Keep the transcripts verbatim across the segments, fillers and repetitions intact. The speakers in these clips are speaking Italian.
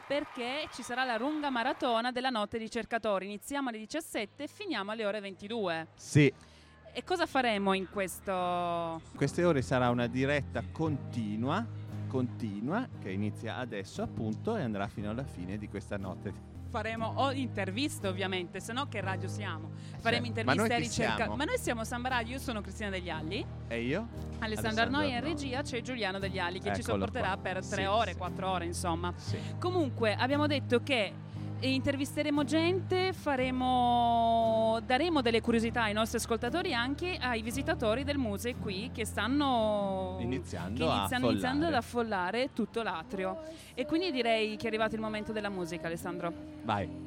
perché ci sarà la lunga maratona della notte ricercatori. Iniziamo alle diciassette e finiamo alle ore ventidue. Sì. E cosa faremo in questo? In queste ore sarà una diretta continua, continua, che inizia adesso appunto e andrà fino alla fine di questa notte. Faremo o interviste ovviamente, se no che radio siamo? Faremo Certo. interviste Ma noi a chi ricerca. siamo? Ma noi siamo Samba Radio, io sono Cristina Degli Alli. E io? Alessandro Arnoi in regia, c'è Giuliano Degli Alli che ci Eccolo sopporterà qua. per tre Sì, ore, sì. quattro ore, insomma. Sì. Comunque abbiamo detto che intervisteremo gente, faremo, daremo delle curiosità ai nostri ascoltatori e anche ai visitatori del museo qui che stanno Iniziando che a iniziano, iniziando ad affollare. affollare tutto l'atrio. E quindi direi che è arrivato il momento della musica, Alessandro. Vai.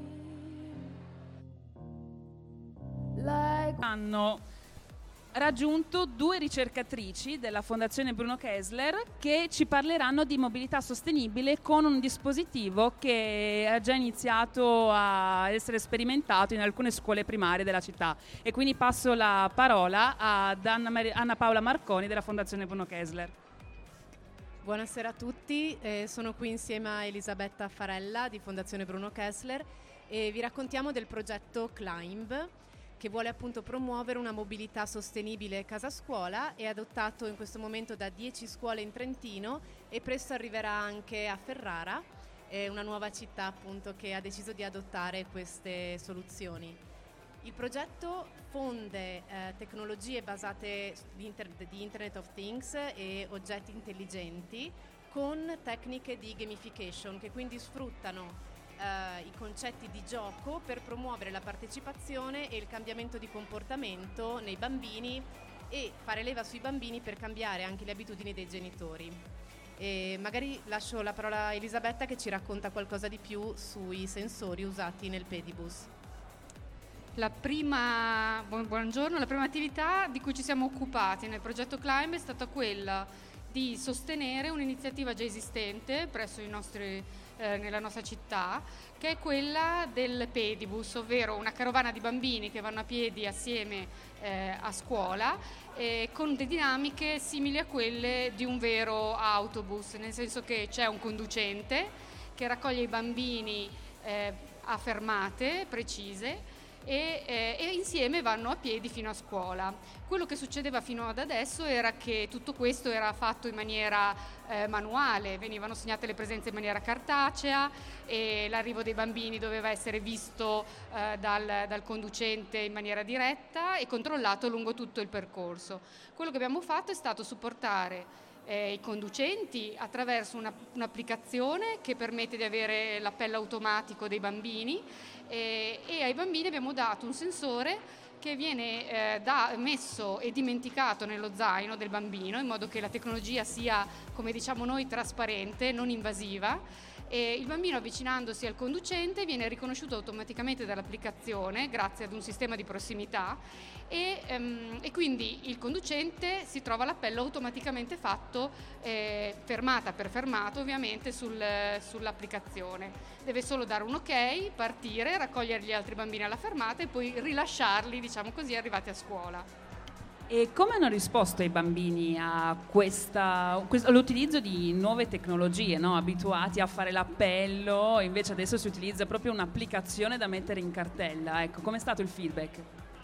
Hanno raggiunto due ricercatrici della Fondazione Bruno Kessler che ci parleranno di mobilità sostenibile con un dispositivo che ha già iniziato a essere sperimentato in alcune scuole primarie della città. E quindi passo la parola ad Anna, Mar- Anna Paola Marconi della Fondazione Bruno Kessler. Buonasera a tutti, eh, sono qui insieme a Elisabetta Farella di Fondazione Bruno Kessler e vi raccontiamo del progetto Climb, che vuole appunto promuovere una mobilità sostenibile casa-scuola. È adottato in questo momento da dieci scuole in Trentino e presto arriverà anche a Ferrara, è una nuova città appunto che ha deciso di adottare queste soluzioni. Il progetto fonde eh, tecnologie basate di, inter- di Internet of Things e oggetti intelligenti con tecniche di gamification che quindi sfruttano Uh, i concetti di gioco per promuovere la partecipazione e il cambiamento di comportamento nei bambini e fare leva sui bambini per cambiare anche le abitudini dei genitori. E magari lascio la parola a Elisabetta che ci racconta qualcosa di più sui sensori usati nel pedibus. La prima, buongiorno, la prima attività di cui ci siamo occupati nel progetto Climb è stata quella di sostenere un'iniziativa già esistente presso i nostri, eh, nella nostra città, che è quella del pedibus, ovvero una carovana di bambini che vanno a piedi assieme eh, a scuola eh, con delle dinamiche simili a quelle di un vero autobus, nel senso che c'è un conducente che raccoglie i bambini eh, a fermate precise E, eh, e insieme vanno a piedi fino a scuola. Quello che succedeva fino ad adesso era che tutto questo era fatto in maniera eh, manuale, venivano segnate le presenze in maniera cartacea e l'arrivo dei bambini doveva essere visto eh, dal, dal conducente in maniera diretta e controllato lungo tutto il percorso. Quello che abbiamo fatto è stato supportare Eh, i conducenti attraverso una, un'applicazione che permette di avere l'appello automatico dei bambini eh, e ai bambini abbiamo dato un sensore che viene eh, da, messo e dimenticato nello zaino del bambino in modo che la tecnologia sia, come diciamo noi, trasparente, non invasiva. E il bambino, avvicinandosi al conducente, viene riconosciuto automaticamente dall'applicazione grazie ad un sistema di prossimità e, um, e quindi il conducente si trova l'appello automaticamente fatto eh, fermata per fermata ovviamente sul, sull'applicazione. Deve solo dare un ok, partire, raccogliere gli altri bambini alla fermata e poi rilasciarli, diciamo così, arrivati a scuola. E come hanno risposto i bambini a questa, questo, all'utilizzo di nuove tecnologie, no? Abituati a fare l'appello, invece adesso si utilizza proprio un'applicazione da mettere in cartella. Ecco, com'è stato il feedback?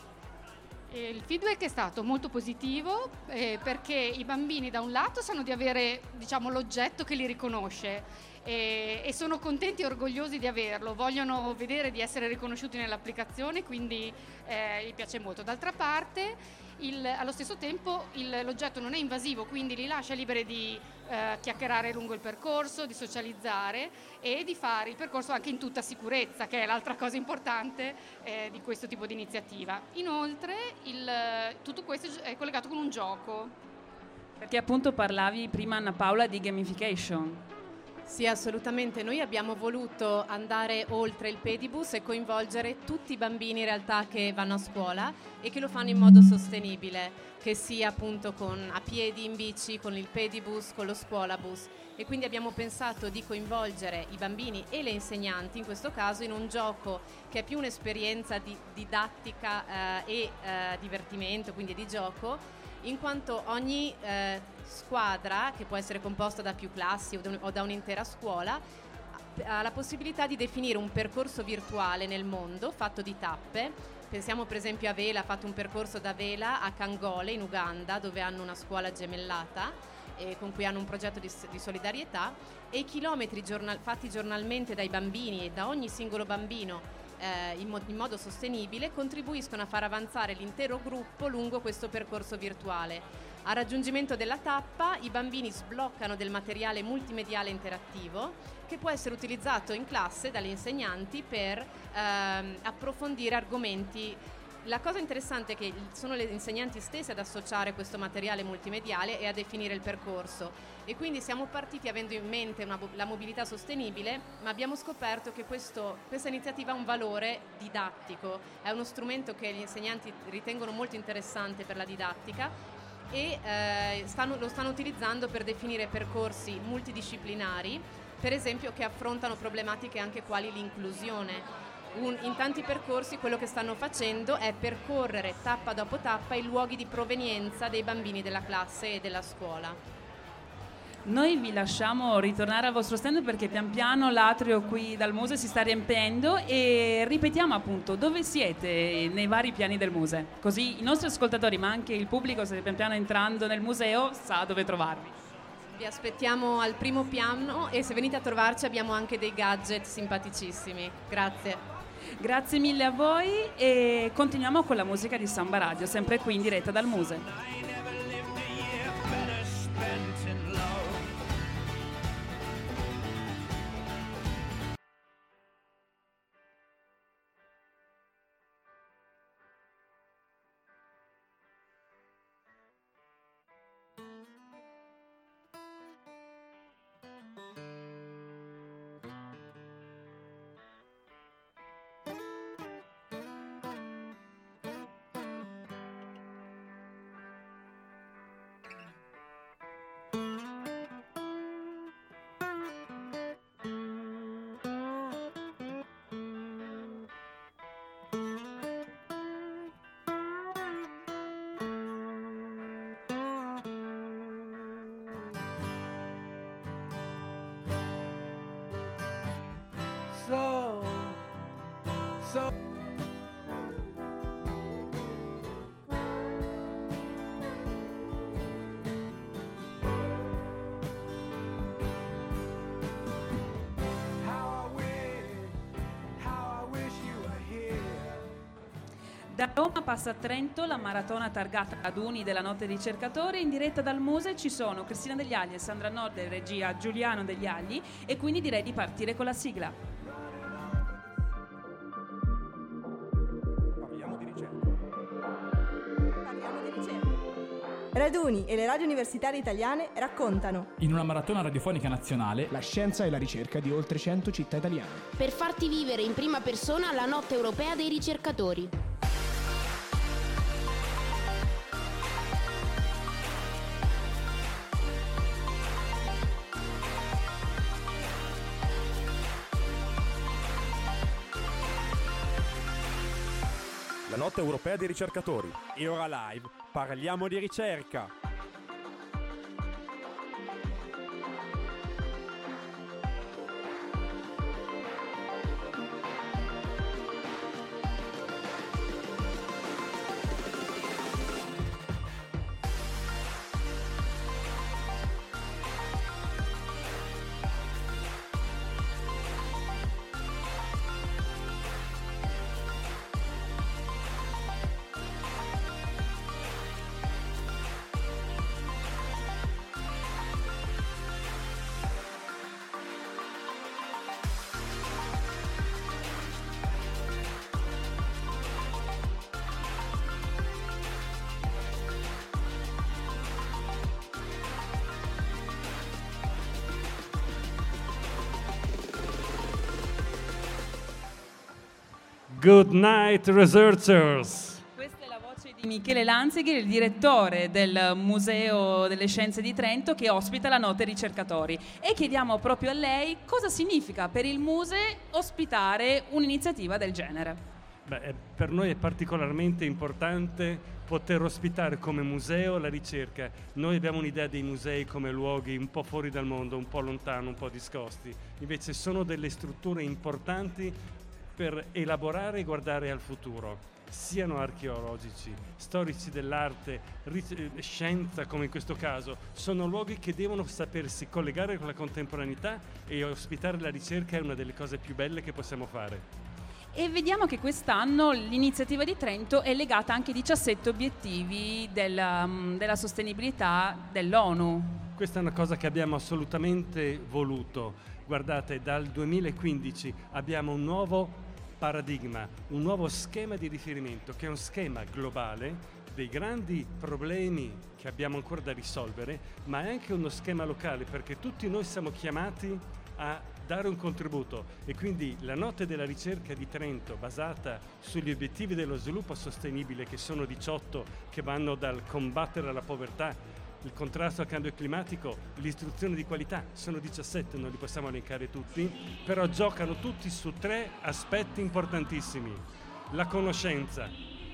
E il feedback è stato molto positivo eh, perché i bambini da un lato sanno di avere, diciamo, l'oggetto che li riconosce e, e sono contenti e orgogliosi di averlo, vogliono vedere di essere riconosciuti nell'applicazione, quindi eh, gli piace molto. D'altra parte il, allo stesso tempo il, l'oggetto non è invasivo, quindi li lascia liberi di eh, chiacchierare lungo il percorso, di socializzare e di fare il percorso anche in tutta sicurezza, che è l'altra cosa importante eh, di questo tipo di iniziativa. Inoltre il, tutto questo è collegato con un gioco. Perché appunto parlavi prima, Anna Paola, di gamification. Sì, assolutamente. Noi abbiamo voluto andare oltre il pedibus e coinvolgere tutti i bambini in realtà che vanno a scuola e che lo fanno in modo sostenibile, che sia appunto con, a piedi, in bici, con il pedibus, con lo scuolabus. E quindi abbiamo pensato di coinvolgere i bambini e le insegnanti, in questo caso, in un gioco che è più un'esperienza di didattica eh, e eh, divertimento, quindi di gioco, in quanto ogni eh, squadra, che può essere composta da più classi o da, un, o da un'intera scuola, ha la possibilità di definire un percorso virtuale nel mondo fatto di tappe. Pensiamo per esempio a Vela, ha fatto un percorso da Vela a Kangole in Uganda, dove hanno una scuola gemellata e con cui hanno un progetto di, di solidarietà, e i chilometri giornal, fatti giornalmente dai bambini e da ogni singolo bambino eh, in, mo- in modo sostenibile contribuiscono a far avanzare l'intero gruppo lungo questo percorso virtuale. Al raggiungimento della tappa i bambini sbloccano del materiale multimediale interattivo che può essere utilizzato in classe dalle insegnanti per ehm, approfondire argomenti. La cosa interessante è che sono le insegnanti stesse ad associare questo materiale multimediale e a definire il percorso, e quindi siamo partiti avendo in mente una, la mobilità sostenibile, ma abbiamo scoperto che questo, questa iniziativa ha un valore didattico, è uno strumento che gli insegnanti ritengono molto interessante per la didattica e eh, stanno, lo stanno utilizzando per definire percorsi multidisciplinari, per esempio, che affrontano problematiche anche quali l'inclusione. Un, in tanti percorsi quello che stanno facendo è percorrere tappa dopo tappa i luoghi di provenienza dei bambini della classe e della scuola. Noi vi lasciamo ritornare al vostro stand perché pian piano l'atrio qui dal museo si sta riempiendo, e ripetiamo appunto dove siete nei vari piani del museo, così i nostri ascoltatori ma anche il pubblico, se pian piano entrando nel museo, sa dove trovarvi. Vi aspettiamo al primo piano e se venite a trovarci abbiamo anche dei gadget simpaticissimi. Grazie. Grazie mille a voi e continuiamo con la musica di Samba Radio, sempre qui in diretta dal museo. So, so. Da Roma passa a Trento la maratona targata Raduni della Notte dei Ricercatori. In diretta dal museo ci sono Cristina Degli Agli e Sandra Nord, regia Giuliano Degli Agli, e quindi direi di partire con la sigla. Parliamo di ricerca. Parliamo di ricerca. Raduni e le radio universitarie italiane raccontano, in una maratona radiofonica nazionale, la scienza e la ricerca di oltre cento città italiane, per farti vivere in prima persona la Notte Europea dei Ricercatori. La Notte Europea dei Ricercatori. E ora live parliamo di ricerca. Good night, researchers! Questa è la voce di Michele Lanzeghi, il direttore del Museo delle Scienze di Trento, che ospita la Notte Ricercatori. E chiediamo proprio a lei cosa significa per il museo ospitare un'iniziativa del genere. Beh, per noi è particolarmente importante poter ospitare come museo la ricerca. Noi abbiamo un'idea dei musei come luoghi un po' fuori dal mondo, un po' lontano, un po' discosti. Invece sono delle strutture importanti per elaborare e guardare al futuro, siano archeologici, storici dell'arte, rit- scienza come in questo caso. Sono luoghi che devono sapersi collegare con la contemporaneità, e ospitare la ricerca è una delle cose più belle che possiamo fare. E vediamo che quest'anno l'iniziativa di Trento è legata anche ai diciassette obiettivi della, della sostenibilità dell'ONU. Questa è una cosa che abbiamo assolutamente voluto. Guardate, dal duemilaquindici abbiamo un nuovo paradigma, un nuovo schema di riferimento, che è un schema globale dei grandi problemi che abbiamo ancora da risolvere, ma è anche uno schema locale, perché tutti noi siamo chiamati a dare un contributo, e quindi la Notte della Ricerca di Trento, basata sugli obiettivi dello sviluppo sostenibile, che sono diciotto, che vanno dal combattere la povertà, il contrasto al cambio climatico, l'istruzione di qualità, sono diciassette, non li possiamo elencare tutti, però giocano tutti su tre aspetti importantissimi: la conoscenza,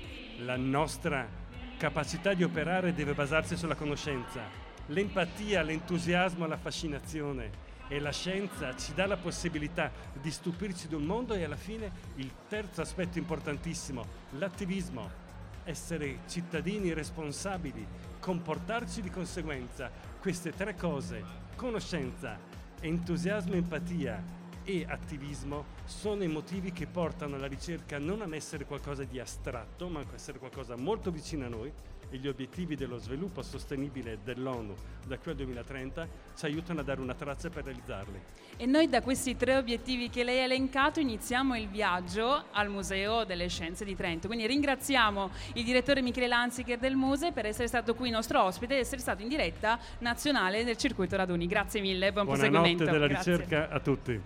la nostra capacità di operare deve basarsi sulla conoscenza, l'empatia, l'entusiasmo, la fascinazione, e la scienza ci dà la possibilità di stupirci di un mondo. E alla fine il terzo aspetto importantissimo, l'attivismo, essere cittadini responsabili, comportarci di conseguenza. Queste tre cose, conoscenza, entusiasmo, empatia e attivismo, sono i motivi che portano la ricerca non a essere qualcosa di astratto, ma a essere qualcosa molto vicino a noi. E gli obiettivi dello sviluppo sostenibile dell'ONU da qui al duemilatrenta ci aiutano a dare una traccia per realizzarli. E noi da questi tre obiettivi che lei ha elencato iniziamo il viaggio al Museo delle Scienze di Trento. Quindi ringraziamo il direttore Michele Lanziger del Muse per essere stato qui nostro ospite ed essere stato in diretta nazionale del circuito raduni. Grazie mille, buon Buona proseguimento. Notte della Grazie. ricerca a tutti.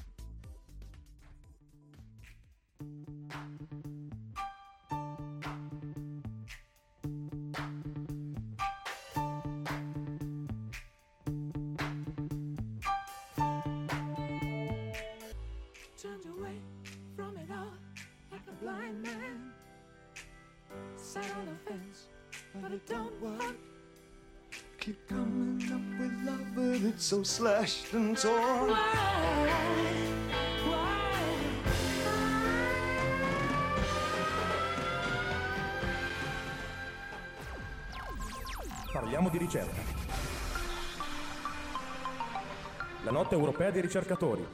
Keep coming up with love, but it's so slashed and torn. Why? Why? Parliamo di ricerca. La Notte Europea dei Ricercatori.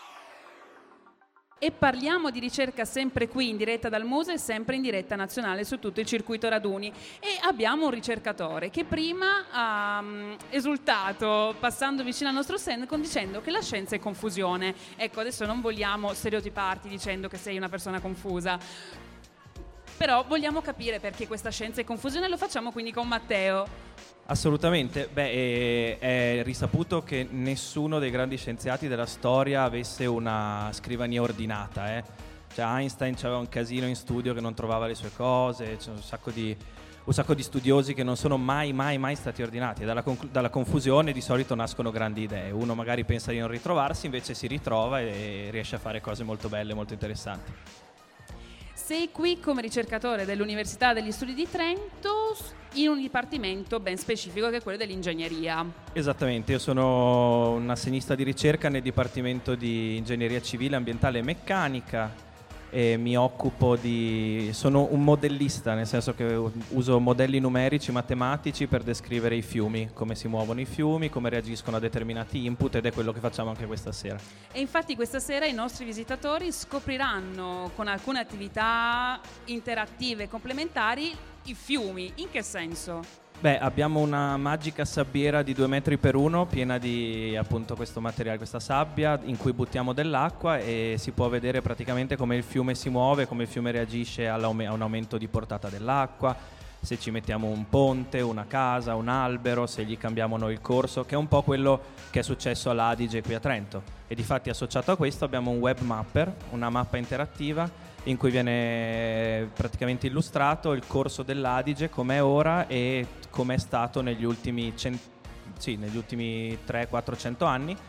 E parliamo di ricerca sempre qui in diretta dal Muse e sempre in diretta nazionale su tutto il circuito raduni. E abbiamo un ricercatore che prima ha um, esultato passando vicino al nostro stand con dicendo che la scienza è confusione. Ecco, adesso non vogliamo stereotiparti dicendo che sei una persona confusa, però vogliamo capire perché questa scienza è confusione, e lo facciamo quindi con Matteo. Assolutamente, beh, è, è risaputo che nessuno dei grandi scienziati della storia avesse una scrivania ordinata, eh. Cioè Einstein c'aveva un casino in studio che non trovava le sue cose, c'è un sacco di, un sacco di studiosi che non sono mai, mai, mai stati ordinati, e dalla, conc- dalla confusione di solito nascono grandi idee. Uno magari pensa di non ritrovarsi, invece si ritrova e riesce a fare cose molto belle, molto interessanti. Sei qui come ricercatore dell'Università degli Studi di Trento in un dipartimento ben specifico che è quello dell'ingegneria. Esattamente, io sono un assenista di ricerca nel Dipartimento di Ingegneria Civile, Ambientale e Meccanica, e mi occupo di... sono un modellista, nel senso che uso modelli numerici, matematici per descrivere i fiumi, come si muovono i fiumi, come reagiscono a determinati input, ed è quello che facciamo anche questa sera. E infatti questa sera i nostri visitatori scopriranno con alcune attività interattive e complementari i fiumi. In che senso? Beh, abbiamo una magica sabbiera di due metri per uno piena di appunto questo materiale, questa sabbia in cui buttiamo dell'acqua, e si può vedere praticamente come il fiume si muove, come il fiume reagisce a un aumento di portata dell'acqua, se ci mettiamo un ponte, una casa, un albero, se gli cambiamo noi il corso, che è un po' quello che è successo all'Adige qui a Trento. E difatti associato a questo abbiamo un web mapper, una mappa interattiva in cui viene praticamente illustrato il corso dell'Adige com'è ora e com'è stato negli ultimi, cent- sì, negli ultimi trecento quattrocento anni,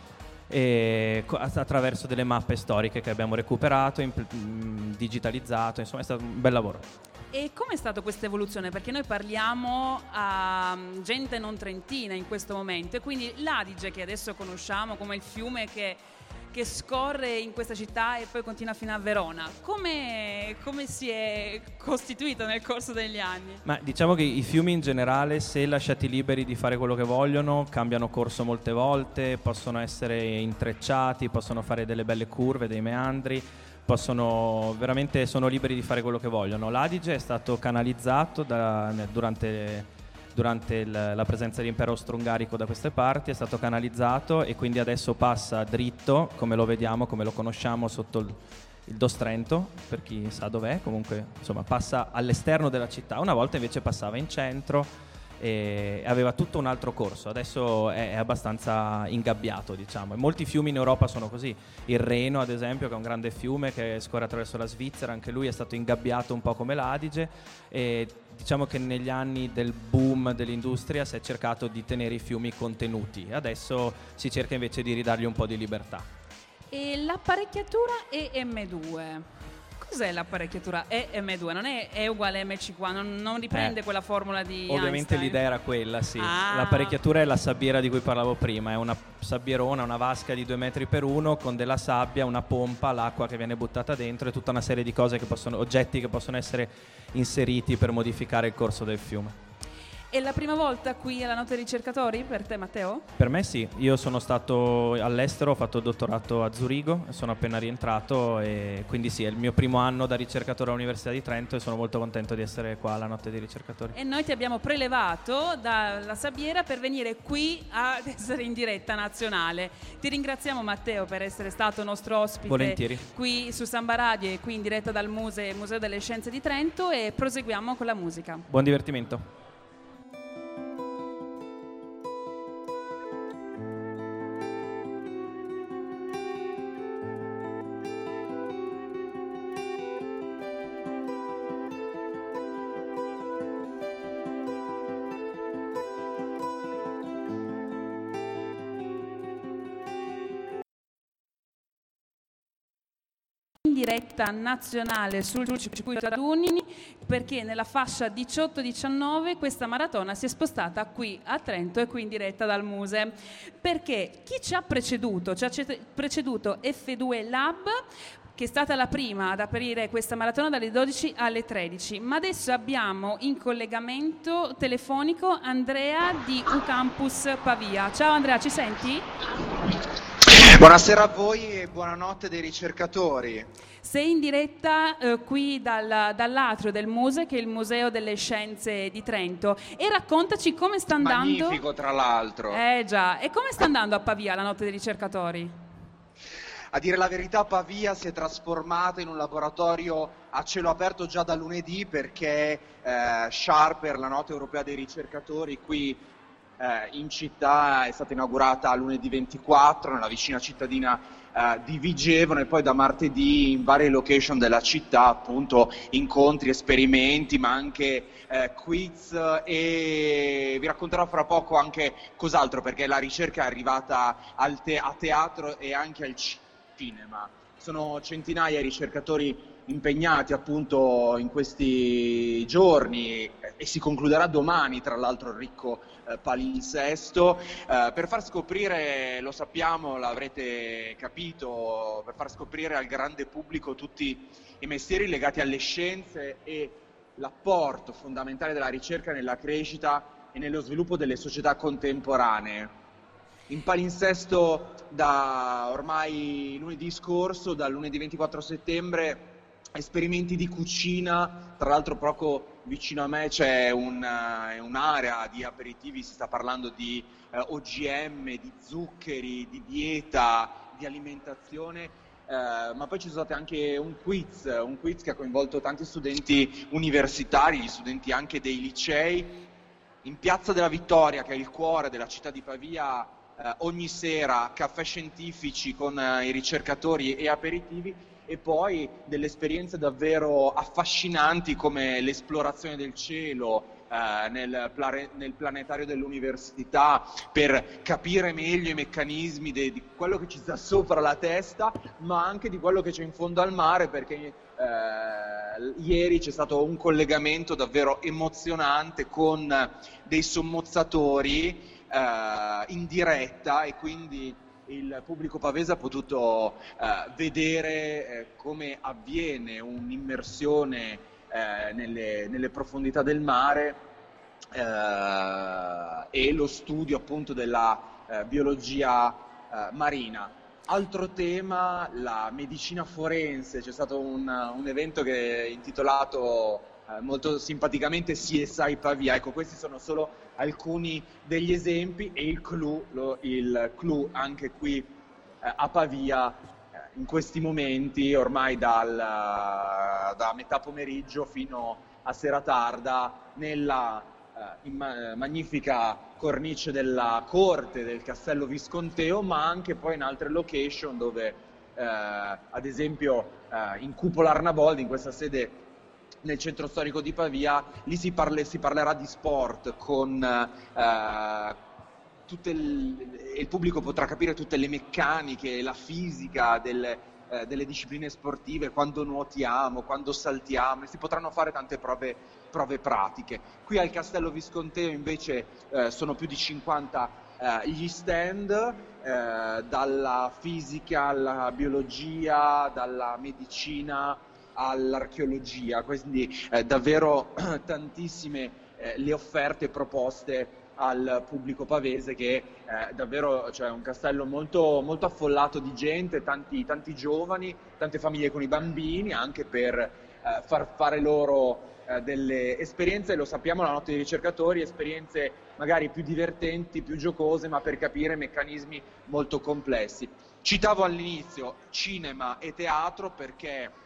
e co- attraverso delle mappe storiche che abbiamo recuperato, imp- mh, digitalizzato, insomma è stato un bel lavoro. E com'è stata questa evoluzione? Perché noi parliamo a gente non trentina in questo momento, e quindi l'Adige, che adesso conosciamo come il fiume che, che scorre in questa città e poi continua fino a Verona, come, come si è costituito nel corso degli anni? Ma diciamo che i fiumi in generale, se lasciati liberi di fare quello che vogliono, cambiano corso molte volte, possono essere intrecciati, possono fare delle belle curve, dei meandri, possono veramente sono liberi di fare quello che vogliono. L'Adige è stato canalizzato da, durante, durante il, la presenza dell'impero austro-ungarico da queste parti, è stato canalizzato e quindi adesso passa dritto, come lo vediamo, come lo conosciamo, sotto il, il Dostrento, per chi sa dov'è, comunque insomma passa all'esterno della città. Una volta invece passava in centro e aveva tutto un altro corso, adesso è, è abbastanza ingabbiato, diciamo, e molti fiumi in Europa sono così. Il Reno, ad esempio, che è un grande fiume che scorre attraverso la Svizzera, anche lui è stato ingabbiato un po' come l'Adige, e diciamo che negli anni del boom dell'industria si è cercato di tenere i fiumi contenuti, adesso si cerca invece di ridargli un po' di libertà. E l'apparecchiatura E M due? Cos'è l'apparecchiatura E M due? Non è E uguale M C qua, non, non riprende Eh, quella formula di Ovviamente Einstein? l'idea era quella, sì. Ah. L'apparecchiatura è la sabbiera di cui parlavo prima, è una sabbierona, una vasca di due metri per uno con della sabbia, una pompa, l'acqua che viene buttata dentro e tutta una serie di cose che possono, oggetti che possono essere inseriti per modificare il corso del fiume. È la prima volta qui alla Notte dei Ricercatori per te, Matteo? Per me sì, io sono stato all'estero, ho fatto il dottorato a Zurigo, sono appena rientrato e quindi sì, è il mio primo anno da ricercatore all'Università di Trento e sono molto contento di essere qua alla Notte dei Ricercatori. E noi ti abbiamo prelevato dalla sabbiera per venire qui ad essere in diretta nazionale. Ti ringraziamo, Matteo, per essere stato nostro ospite. Volentieri. Qui su Samba Radio e qui in diretta dal Muse, Museo delle Scienze di Trento, e proseguiamo con la musica. Buon divertimento. Diretta nazionale sul circuito Raduni, perché nella fascia diciotto diciannove questa maratona si è spostata qui a Trento e qui in diretta dal Muse, perché chi ci ha preceduto? Ci ha preceduto F due Lab, che è stata la prima ad aprire questa maratona dalle dodici alle tredici, ma adesso abbiamo in collegamento telefonico Andrea di U-Campus Pavia. Ciao Andrea, ci senti? Buonasera a voi e buonanotte dei ricercatori. Sei in diretta eh, qui dal, dall'atrio del Muse, che è il Museo delle Scienze di Trento, e raccontaci come sta andando. Magnifico, tra l'altro. Eh già, e come sta andando a Pavia la Notte dei Ricercatori? A dire la verità, Pavia si è trasformata in un laboratorio a cielo aperto già da lunedì, perché eh, Sharper, la Notte Europea dei Ricercatori, qui eh, in città è stata inaugurata lunedì ventiquattro nella vicina cittadina eh, di Vigevano, e poi da martedì in varie location della città, appunto incontri, esperimenti, ma anche eh, quiz, e vi racconterò fra poco anche cos'altro, perché la ricerca è arrivata al te- a teatro e anche al cinema. Sono centinaia i ricercatori impegnati appunto in questi giorni, e si concluderà domani tra l'altro il ricco eh, palinsesto, eh, per far scoprire, lo sappiamo, l'avrete capito, per far scoprire al grande pubblico tutti i mestieri legati alle scienze e l'apporto fondamentale della ricerca nella crescita e nello sviluppo delle società contemporanee. In palinsesto da ormai lunedì scorso, dal lunedì ventiquattro settembre, esperimenti di cucina. Tra l'altro proprio vicino a me c'è un, uh, un'area di aperitivi, si sta parlando di uh, O G M, di zuccheri, di dieta, di alimentazione, uh, ma poi ci sono state anche un quiz, un quiz che ha coinvolto tanti studenti universitari, gli studenti anche dei licei. In Piazza della Vittoria, che è il cuore della città di Pavia, Uh, ogni sera caffè scientifici con uh, i ricercatori e aperitivi, e poi delle esperienze davvero affascinanti come l'esplorazione del cielo, eh, nel, plare- nel planetario dell'università per capire meglio i meccanismi de- di quello che ci sta sopra la testa, ma anche di quello che c'è in fondo al mare, perché eh, ieri c'è stato un collegamento davvero emozionante con dei sommozzatori Uh, in diretta, e quindi il pubblico pavese ha potuto uh, vedere eh, come avviene un'immersione eh, nelle, nelle profondità del mare uh, e lo studio appunto della uh, biologia uh, marina. Altro tema, la medicina forense. C'è stato un, un evento che è intitolato eh, molto simpaticamente C S I Pavia. Ecco, questi sono solo alcuni degli esempi, e il clou, lo, il clou anche qui eh, a Pavia eh, in questi momenti, ormai dal, da metà pomeriggio fino a sera tarda, nella eh, in, magnifica cornice della corte del Castello Visconteo, ma anche poi in altre location dove eh, ad esempio eh, in Cupola Arnaboldi, in questa sede nel centro storico di Pavia, lì si, parle, si parlerà di sport con eh, tutte il, il pubblico potrà capire tutte le meccaniche, la fisica delle, eh, delle discipline sportive, quando nuotiamo, quando saltiamo, e si potranno fare tante prove, prove pratiche. Qui al Castello Visconteo invece eh, sono più di cinquanta eh, gli stand, eh, dalla fisica alla biologia, dalla medicina all'archeologia, quindi eh, davvero tantissime eh, le offerte proposte al pubblico pavese, che eh, davvero, cioè, un castello molto, molto affollato di gente, tanti, tanti giovani, tante famiglie con i bambini, anche per eh, far fare loro eh, delle esperienze, lo sappiamo, la notte dei ricercatori, esperienze magari più divertenti, più giocose, ma per capire meccanismi molto complessi. Citavo all'inizio cinema e teatro perché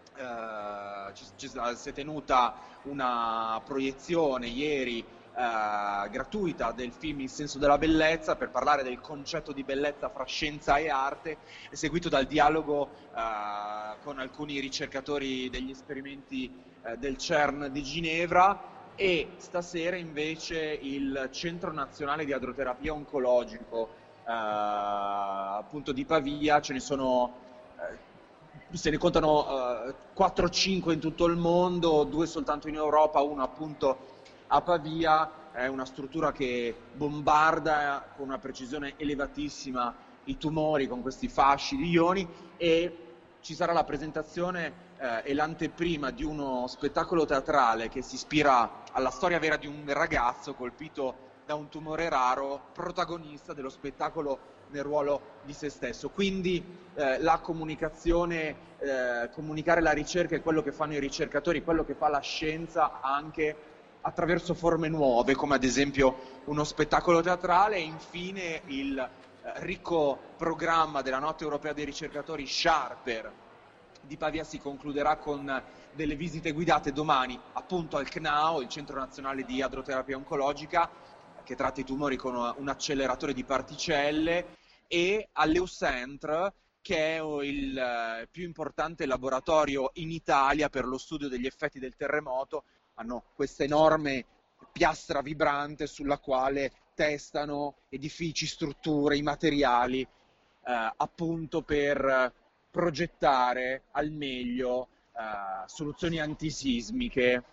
Uh, ci, ci, si è tenuta una proiezione ieri uh, gratuita del film Il senso della bellezza, per parlare del concetto di bellezza fra scienza e arte, è seguito dal dialogo uh, con alcuni ricercatori degli esperimenti uh, del CERN di Ginevra, e stasera invece il Centro Nazionale di Adroterapia Oncologico uh, appunto di Pavia. Ce ne sono uh, se ne contano uh, quattro cinque in tutto il mondo, due soltanto in Europa, uno appunto a Pavia. È una struttura che bombarda con una precisione elevatissima i tumori con questi fasci di ioni, e ci sarà la presentazione eh, e l'anteprima di uno spettacolo teatrale che si ispira alla storia vera di un ragazzo colpito da un tumore raro, protagonista dello spettacolo nel ruolo di se stesso. Quindi eh, la comunicazione, eh, comunicare la ricerca è quello che fanno i ricercatori, quello che fa la scienza anche attraverso forme nuove, come ad esempio uno spettacolo teatrale. E infine il eh, ricco programma della Notte Europea dei Ricercatori Sharper di Pavia si concluderà con delle visite guidate domani appunto al C N A O, il Centro Nazionale di Adroterapia Oncologica, che tratta i tumori con un acceleratore di particelle, e all'Eucentre, che è il più importante laboratorio in Italia per lo studio degli effetti del terremoto. Hanno questa enorme piastra vibrante sulla quale testano edifici, strutture, i materiali, eh, appunto per progettare al meglio eh, soluzioni antisismiche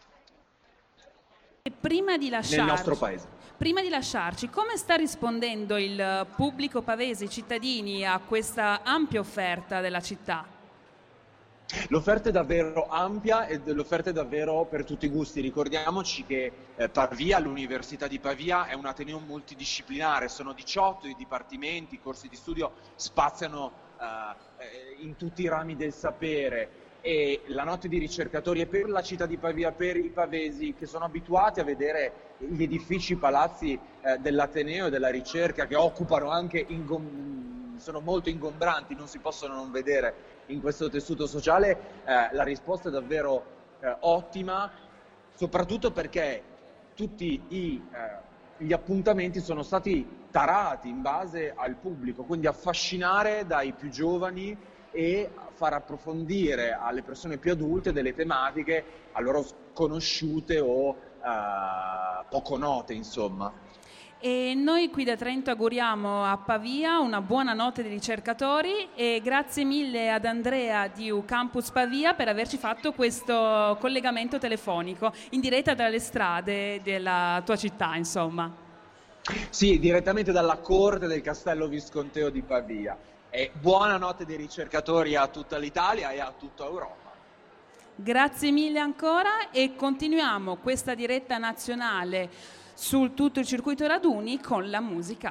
e prima di lasciarci, nel nostro paese. Prima di lasciarci, come sta rispondendo il pubblico pavese, i cittadini, a questa ampia offerta della città? L'offerta è davvero ampia e l'offerta è davvero per tutti i gusti. Ricordiamoci che eh, Pavia, l'Università di Pavia, è un ateneo multidisciplinare, sono diciotto i dipartimenti, i corsi di studio spaziano eh, in tutti i rami del sapere, e la notte di ricercatori è per la città di Pavia, per i pavesi che sono abituati a vedere gli edifici, i palazzi eh, dell'ateneo e della ricerca, che occupano anche, ingom- sono molto ingombranti, non si possono non vedere in questo tessuto sociale. Eh, la risposta è davvero eh, ottima, soprattutto perché tutti i, eh, gli appuntamenti sono stati tarati in base al pubblico, quindi affascinare dai più giovani e far approfondire alle persone più adulte delle tematiche a loro sconosciute o eh, poco note, insomma. E noi qui da Trento auguriamo a Pavia una buona notte dei ricercatori e grazie mille ad Andrea di U Campus Pavia per averci fatto questo collegamento telefonico in diretta dalle strade della tua città, insomma. Sì, direttamente dalla corte del Castello Visconteo di Pavia. E buona notte dei ricercatori a tutta l'Italia e a tutta Europa. Grazie mille ancora e continuiamo questa diretta nazionale sul tutto il circuito raduni con la musica.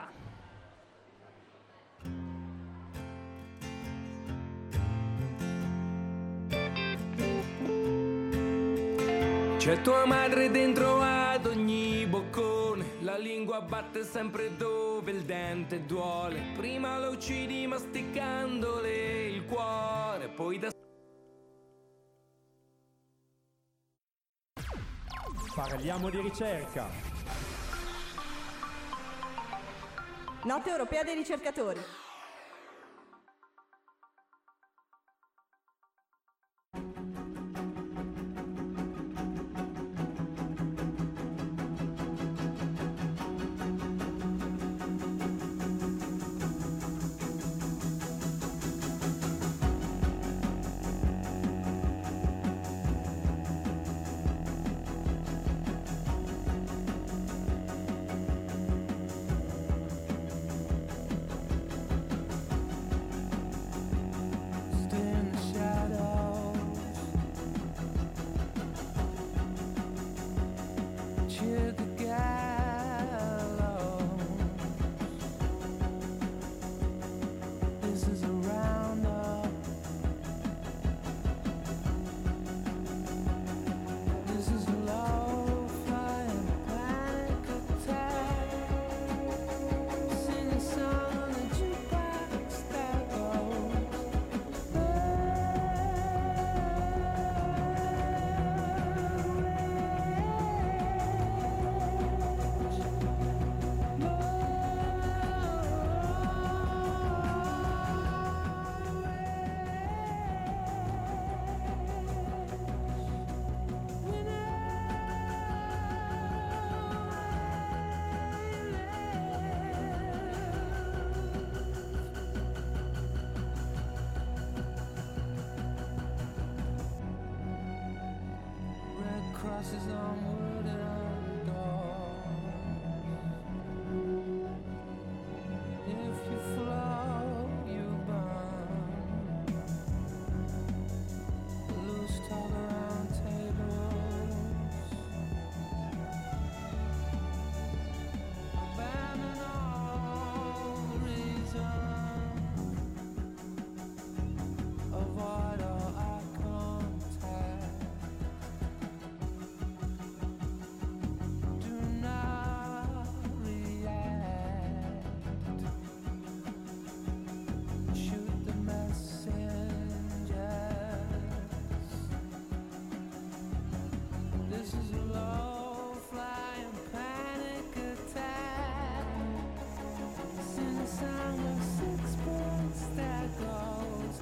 C'è tua madre dentro ad ogni boccone, la lingua batte sempre dove il dente duole, prima lo uccidi masticandole il cuore, poi da... Parliamo di ricerca. Notte Europea dei Ricercatori. crosses on wooden doors. If you flow, you burn. Loose talk around tables. Abandon all reason. Avoid all eye contact. Do not react. Shoot the messengers. This is a low-flying panic attack. Sing a song of sixpence that goes.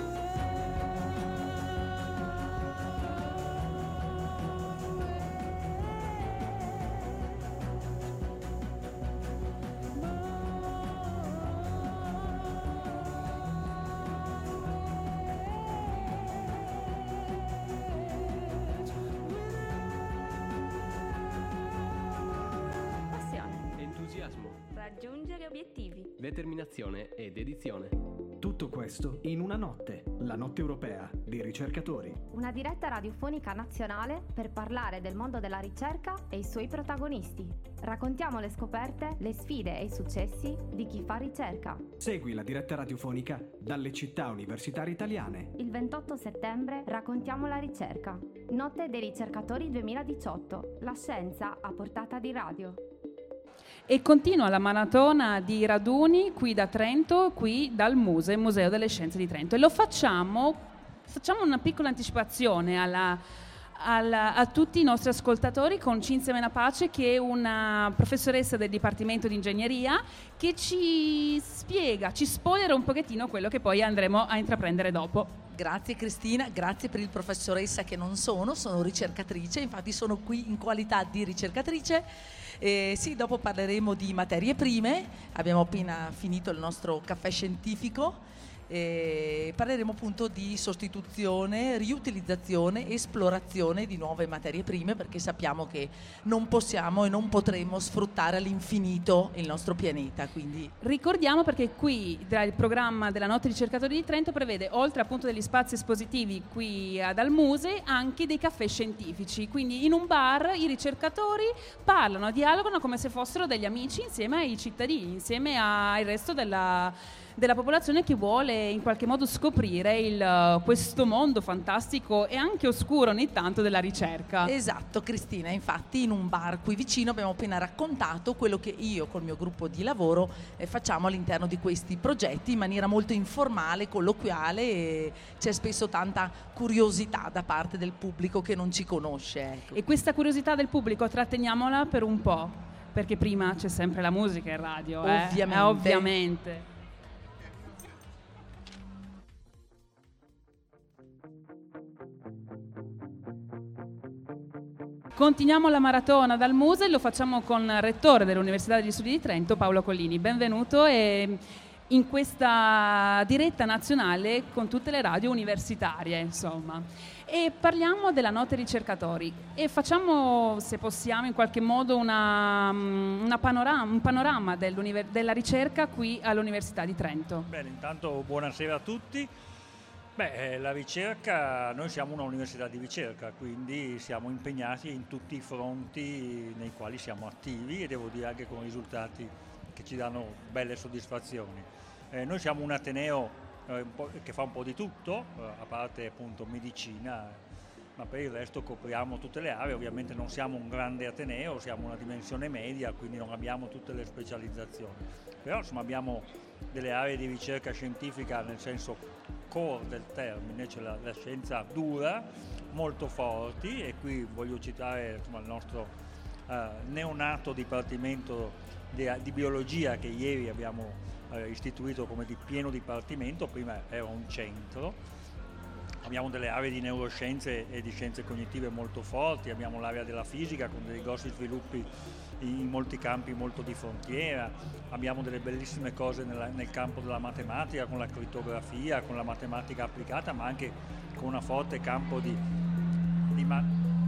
Passione, entusiasmo, raggiungere obiettivi, determinazione e dedizione. Tutto questo in una notte, la notte europea dei ricercatori. Una diretta radiofonica nazionale per parlare del mondo della ricerca e i suoi protagonisti. Raccontiamo le scoperte, le sfide e i successi di chi fa ricerca. Segui la diretta radiofonica dalle città universitarie italiane. Il ventotto settembre raccontiamo la ricerca. Notte dei ricercatori duemiladiciotto. La scienza a portata di radio. E continua la maratona di raduni qui da Trento, qui dal Muse, Museo delle Scienze di Trento. E lo facciamo, facciamo una piccola anticipazione alla, alla, a tutti i nostri ascoltatori con Cinzia Menapace, che è una professoressa del Dipartimento di Ingegneria, che ci spiega, ci spoilerà un pochettino quello che poi andremo a intraprendere dopo. Grazie Cristina, grazie per il professoressa che non sono, sono ricercatrice, infatti sono qui in qualità di ricercatrice. Eh, sì, dopo parleremo di materie prime, abbiamo appena finito il nostro caffè scientifico. E parleremo appunto di sostituzione, riutilizzazione, esplorazione di nuove materie prime, perché sappiamo che non possiamo e non potremo sfruttare all'infinito il nostro pianeta. Quindi ricordiamo, perché qui il programma della Notte Ricercatori di Trento prevede, oltre appunto degli spazi espositivi qui ad Almuse, anche dei caffè scientifici, quindi in un bar i ricercatori parlano, dialogano come se fossero degli amici insieme ai cittadini, insieme al resto della della popolazione che vuole in qualche modo scoprire il, questo mondo fantastico e anche oscuro ogni tanto della ricerca. Esatto Cristina, infatti in un bar qui vicino abbiamo appena raccontato quello che io col mio gruppo di lavoro eh, facciamo all'interno di questi progetti in maniera molto informale, colloquiale, e c'è spesso tanta curiosità da parte del pubblico che non ci conosce. Ecco. E questa curiosità del pubblico tratteniamola per un po', perché prima c'è sempre la musica in radio. Eh? Ovviamente. Eh, ovviamente. Continuiamo la maratona dal Muse, lo facciamo con il rettore dell'Università degli Studi di Trento, Paolo Collini. Benvenuto e in questa diretta nazionale con tutte le radio universitarie, insomma. E parliamo della Notte Ricercatori e facciamo, se possiamo, in qualche modo una, una panorama, un panorama della ricerca qui all'Università di Trento. Bene, intanto buonasera a tutti. Beh, la ricerca, noi siamo una università di ricerca, quindi siamo impegnati in tutti i fronti nei quali siamo attivi e devo dire anche con risultati che ci danno belle soddisfazioni. Eh, noi siamo un ateneo eh, un po', che fa un po' di tutto, eh, a parte appunto medicina, ma per il resto copriamo tutte le aree. Ovviamente non siamo un grande ateneo, siamo una dimensione media, quindi non abbiamo tutte le specializzazioni, però insomma abbiamo delle aree di ricerca scientifica nel senso core del termine, cioè la, la scienza dura, molto forti, e qui voglio citare insomma, il nostro uh, neonato dipartimento di, di biologia che ieri abbiamo uh, istituito come di pieno dipartimento, prima era un centro. Abbiamo delle aree di neuroscienze e di scienze cognitive molto forti, abbiamo l'area della fisica con dei grossi sviluppi in molti campi molto di frontiera, abbiamo delle bellissime cose nella, nel campo della matematica, con la crittografia, con la matematica applicata, ma anche con una forte campo di, di, ma,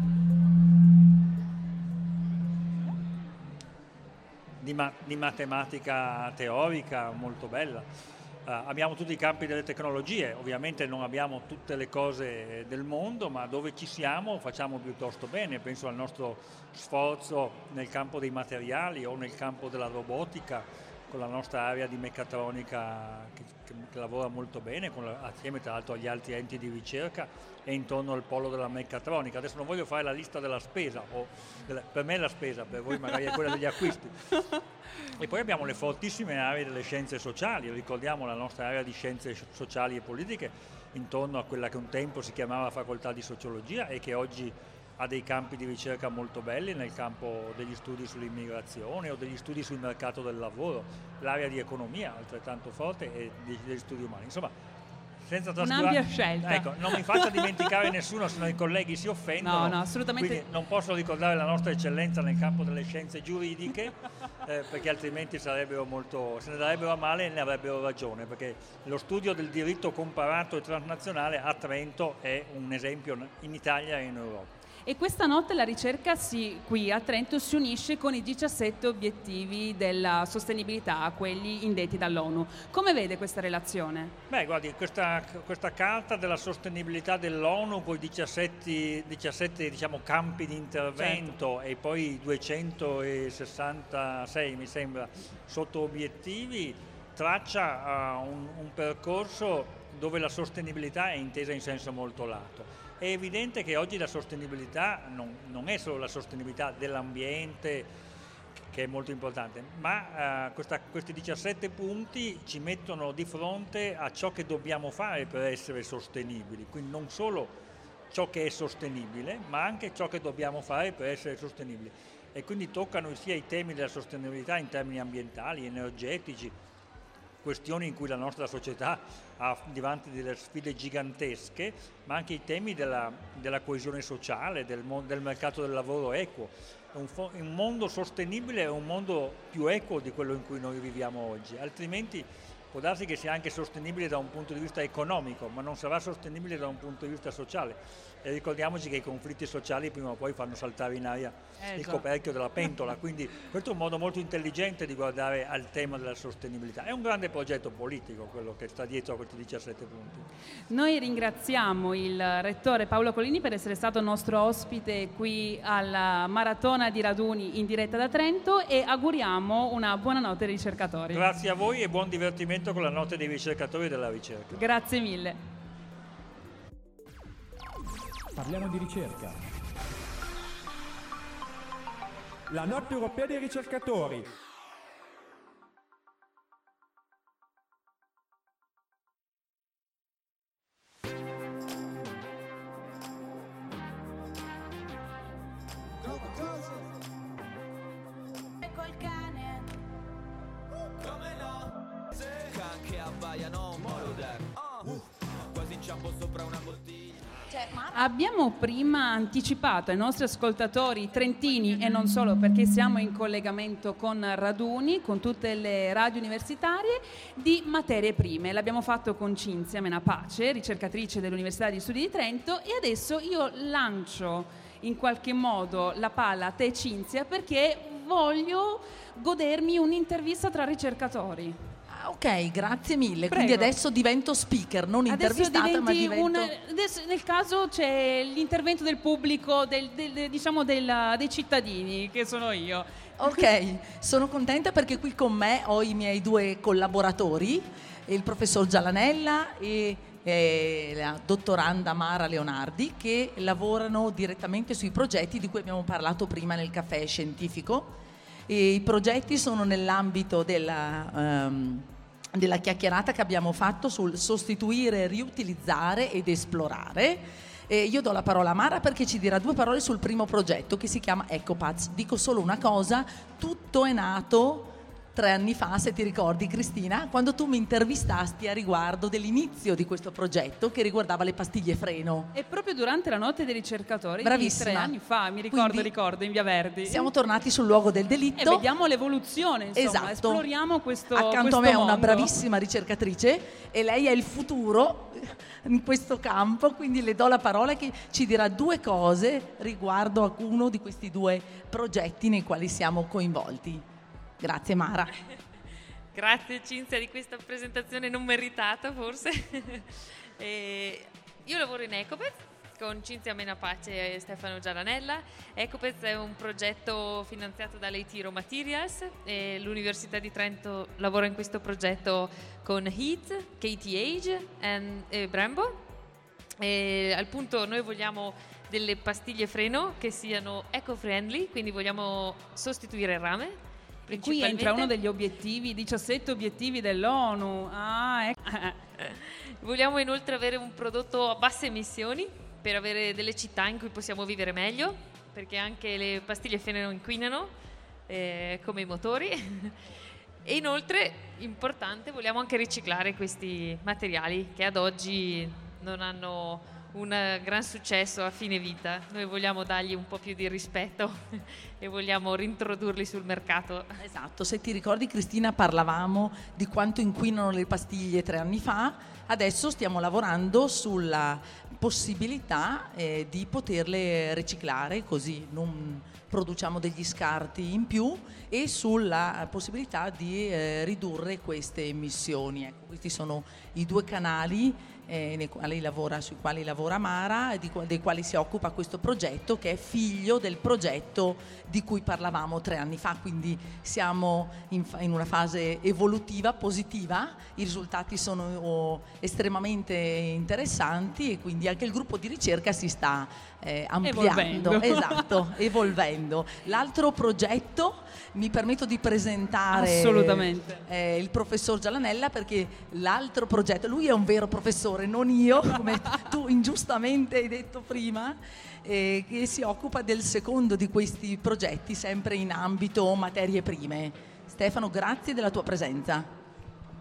di, ma, di matematica teorica molto bella. Uh, abbiamo tutti i campi delle tecnologie, ovviamente non abbiamo tutte le cose del mondo, ma dove ci siamo facciamo piuttosto bene. Penso al nostro sforzo nel campo dei materiali o nel campo della robotica, con la nostra area di meccatronica che, che, che lavora molto bene, con la, assieme tra l'altro agli altri enti di ricerca e intorno al polo della meccatronica. Adesso non voglio fare la lista della spesa, o della, per me è la spesa, per voi magari è quella degli acquisti. E poi abbiamo le fortissime aree delle scienze sociali, ricordiamo la nostra area di scienze sociali e politiche intorno a quella che un tempo si chiamava facoltà di sociologia e che oggi ha dei campi di ricerca molto belli nel campo degli studi sull'immigrazione o degli studi sul mercato del lavoro, l'area di economia altrettanto forte e degli studi umani. Insomma, senza trascurare, un'ampia scelta. Ecco, non mi faccia dimenticare nessuno, se no i colleghi si offendono. No, no, assolutamente. Quindi non posso ricordare la nostra eccellenza nel campo delle scienze giuridiche, eh, perché altrimenti sarebbero molto, se ne darebbero a male e ne avrebbero ragione, perché lo studio del diritto comparato e transnazionale a Trento è un esempio in Italia e in Europa. E questa notte la ricerca si, qui a Trento si unisce con i diciassette obiettivi della sostenibilità, quelli indetti dall'ONU. Come vede questa relazione? Beh, guardi, questa, questa carta della sostenibilità dell'ONU con i diciassette, diciassette diciamo, campi di intervento, certo, e poi duecentosessantasei, mi sembra, sotto obiettivi, traccia uh, un, un percorso dove la sostenibilità è intesa in senso molto lato. È evidente che oggi la sostenibilità non, non è solo la sostenibilità dell'ambiente, che è molto importante, ma uh, questa, questi diciassette punti ci mettono di fronte a ciò che dobbiamo fare per essere sostenibili, quindi non solo ciò che è sostenibile, ma anche ciò che dobbiamo fare per essere sostenibili. E quindi toccano sia i temi della sostenibilità in termini ambientali, energetici, questioni in cui la nostra società ha davanti delle sfide gigantesche, ma anche i temi della, della coesione sociale, del, del mercato del lavoro equo. Un, fo- un mondo sostenibile è un mondo più equo di quello in cui noi viviamo oggi, altrimenti può darsi che sia anche sostenibile da un punto di vista economico, ma non sarà sostenibile da un punto di vista sociale. E ricordiamoci che i conflitti sociali prima o poi fanno saltare in aria Eh, il già. coperchio della pentola, quindi questo è un modo molto intelligente di guardare al tema della sostenibilità. È un grande progetto politico quello che sta dietro a questi diciassette punti. Noi ringraziamo il rettore Paolo Collini per essere stato nostro ospite qui alla Maratona di Raduni in diretta da Trento e auguriamo una buona notte ai ricercatori. Grazie a voi e buon divertimento con la notte dei ricercatori della ricerca. Grazie mille. Parliamo di ricerca. La notte europea dei ricercatori. Col cane. Come no? Can che abbaiano Moroder. Uh, quasi inciampo sopra una bottiglia. Abbiamo prima anticipato ai nostri ascoltatori trentini e non solo, perché siamo in collegamento con Raduni, con tutte le radio universitarie, di materie prime. L'abbiamo fatto con Cinzia Menapace, ricercatrice dell'Università di Studi di Trento, e adesso io lancio in qualche modo la palla a te, Cinzia, perché voglio godermi un'intervista tra ricercatori. Ok, grazie mille. Prego. Quindi adesso divento speaker, non Adesso intervistata, ma diventi divento... un, adesso nel caso c'è l'intervento del pubblico, del, del- del- diciamo del- dei cittadini, che sono io. Ok, sono contenta perché qui con me ho i miei due collaboratori, il professor Gialanella e eh, la dottoranda Mara Leonardi, che lavorano direttamente sui progetti di cui abbiamo parlato prima nel caffè scientifico. E i progetti sono nell'ambito della, ehm, della chiacchierata che abbiamo fatto sul sostituire, riutilizzare ed esplorare. E io do la parola a Mara perché ci dirà due parole sul primo progetto che si chiama Ecopads. Dico solo una cosa, tutto è nato tre anni fa, se ti ricordi Cristina, quando tu mi intervistasti a riguardo dell'inizio di questo progetto che riguardava le pastiglie freno. E proprio durante la notte dei ricercatori Bravissima. di tre anni fa, mi ricordo, Quindi ricordo, in Via Verdi. Siamo tornati sul luogo del delitto. E vediamo l'evoluzione, insomma, Esatto. esploriamo questo Accanto questo a me è una mondo. bravissima ricercatrice e lei è il futuro in questo campo, quindi le do la parola che ci dirà due cose riguardo a uno di questi due progetti nei quali siamo coinvolti. Grazie Mara. Grazie Cinzia di questa presentazione non meritata forse. E io lavoro in Ecopez con Cinzia Menapace e Stefano Gialanella. Ecopez è un progetto finanziato dall'A T Raw Materials e l'Università di Trento lavora in questo progetto con Heat, K T H and- e Brembo. E al punto noi vogliamo delle pastiglie freno che siano eco-friendly, quindi vogliamo sostituire il rame. E qui entra uno degli obiettivi, diciassette obiettivi dell'ONU. Ah, ecco. Vogliamo inoltre avere un prodotto a basse emissioni per avere delle città in cui possiamo vivere meglio, perché anche le pastiglie freno inquinano, eh, come i motori. E inoltre, importante, vogliamo anche riciclare questi materiali che ad oggi non hanno un gran successo a fine vita. Noi vogliamo dargli un po' più di rispetto e vogliamo rintrodurli sul mercato. Esatto, se ti ricordi Cristina parlavamo di quanto inquinano le pastiglie tre anni fa, adesso stiamo lavorando sulla possibilità eh, di poterle riciclare così non produciamo degli scarti in più e sulla possibilità di eh, ridurre queste emissioni. Ecco, questi sono i due canali eh, nei quali lavora, sui quali lavora Mara e di, dei quali si occupa questo progetto che è figlio del progetto di cui parlavamo tre anni fa, quindi siamo in, in una fase evolutiva positiva, i risultati sono oh, estremamente interessanti e quindi anche il gruppo di ricerca si sta eh, ampliando, Evolvendo. esatto, evolvendo. L'altro progetto mi permetto di presentare Assolutamente. eh, il professor Gialanella perché l'altro progetto, lui è un vero professore, non io, come tu ingiustamente hai detto prima, eh, che si occupa del secondo di questi progetti, sempre in ambito materie prime. Stefano, grazie della tua presenza.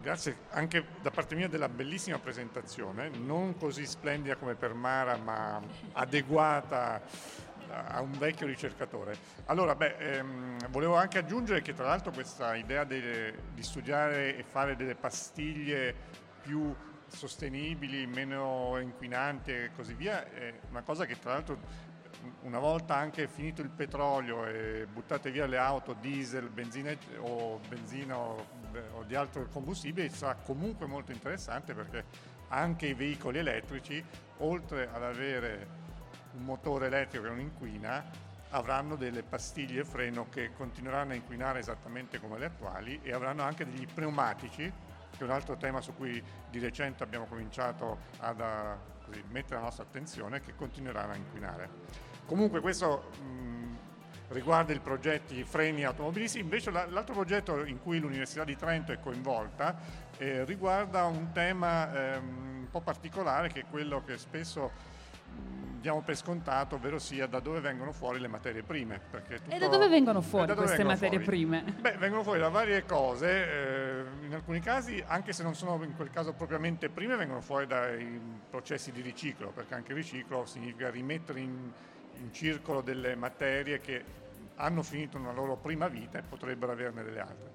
Grazie anche da parte mia della bellissima presentazione, non così splendida come per Mara, ma adeguata a un vecchio ricercatore. Allora, beh, ehm, volevo anche aggiungere che tra l'altro questa idea de, di studiare e fare delle pastiglie più sostenibili, meno inquinanti e così via, è una cosa che tra l'altro una volta anche finito il petrolio e buttate via le auto diesel, benzina o benzina o, o di altro combustibile, sarà comunque molto interessante, perché anche i veicoli elettrici, oltre ad avere un motore elettrico che non inquina, avranno delle pastiglie freno che continueranno a inquinare esattamente come le attuali, e avranno anche degli pneumatici, che è un altro tema su cui di recente abbiamo cominciato ad, a così, mettere la nostra attenzione, che continueranno a inquinare. Comunque questo mh, riguarda i progetti freni automobilistici. Invece la, l'altro progetto in cui l'Università di Trento è coinvolta eh, riguarda un tema ehm, un po' particolare, che è quello che spesso mh, diamo per scontato, ovvero sia da dove vengono fuori le materie prime. Perché tutto, e da dove vengono fuori dove queste vengono materie fuori? prime? Beh, vengono fuori da varie cose, eh, in alcuni casi, anche se non sono in quel caso propriamente prime, vengono fuori dai processi di riciclo, perché anche riciclo significa rimettere in in circolo delle materie che hanno finito una loro prima vita e potrebbero averne delle altre.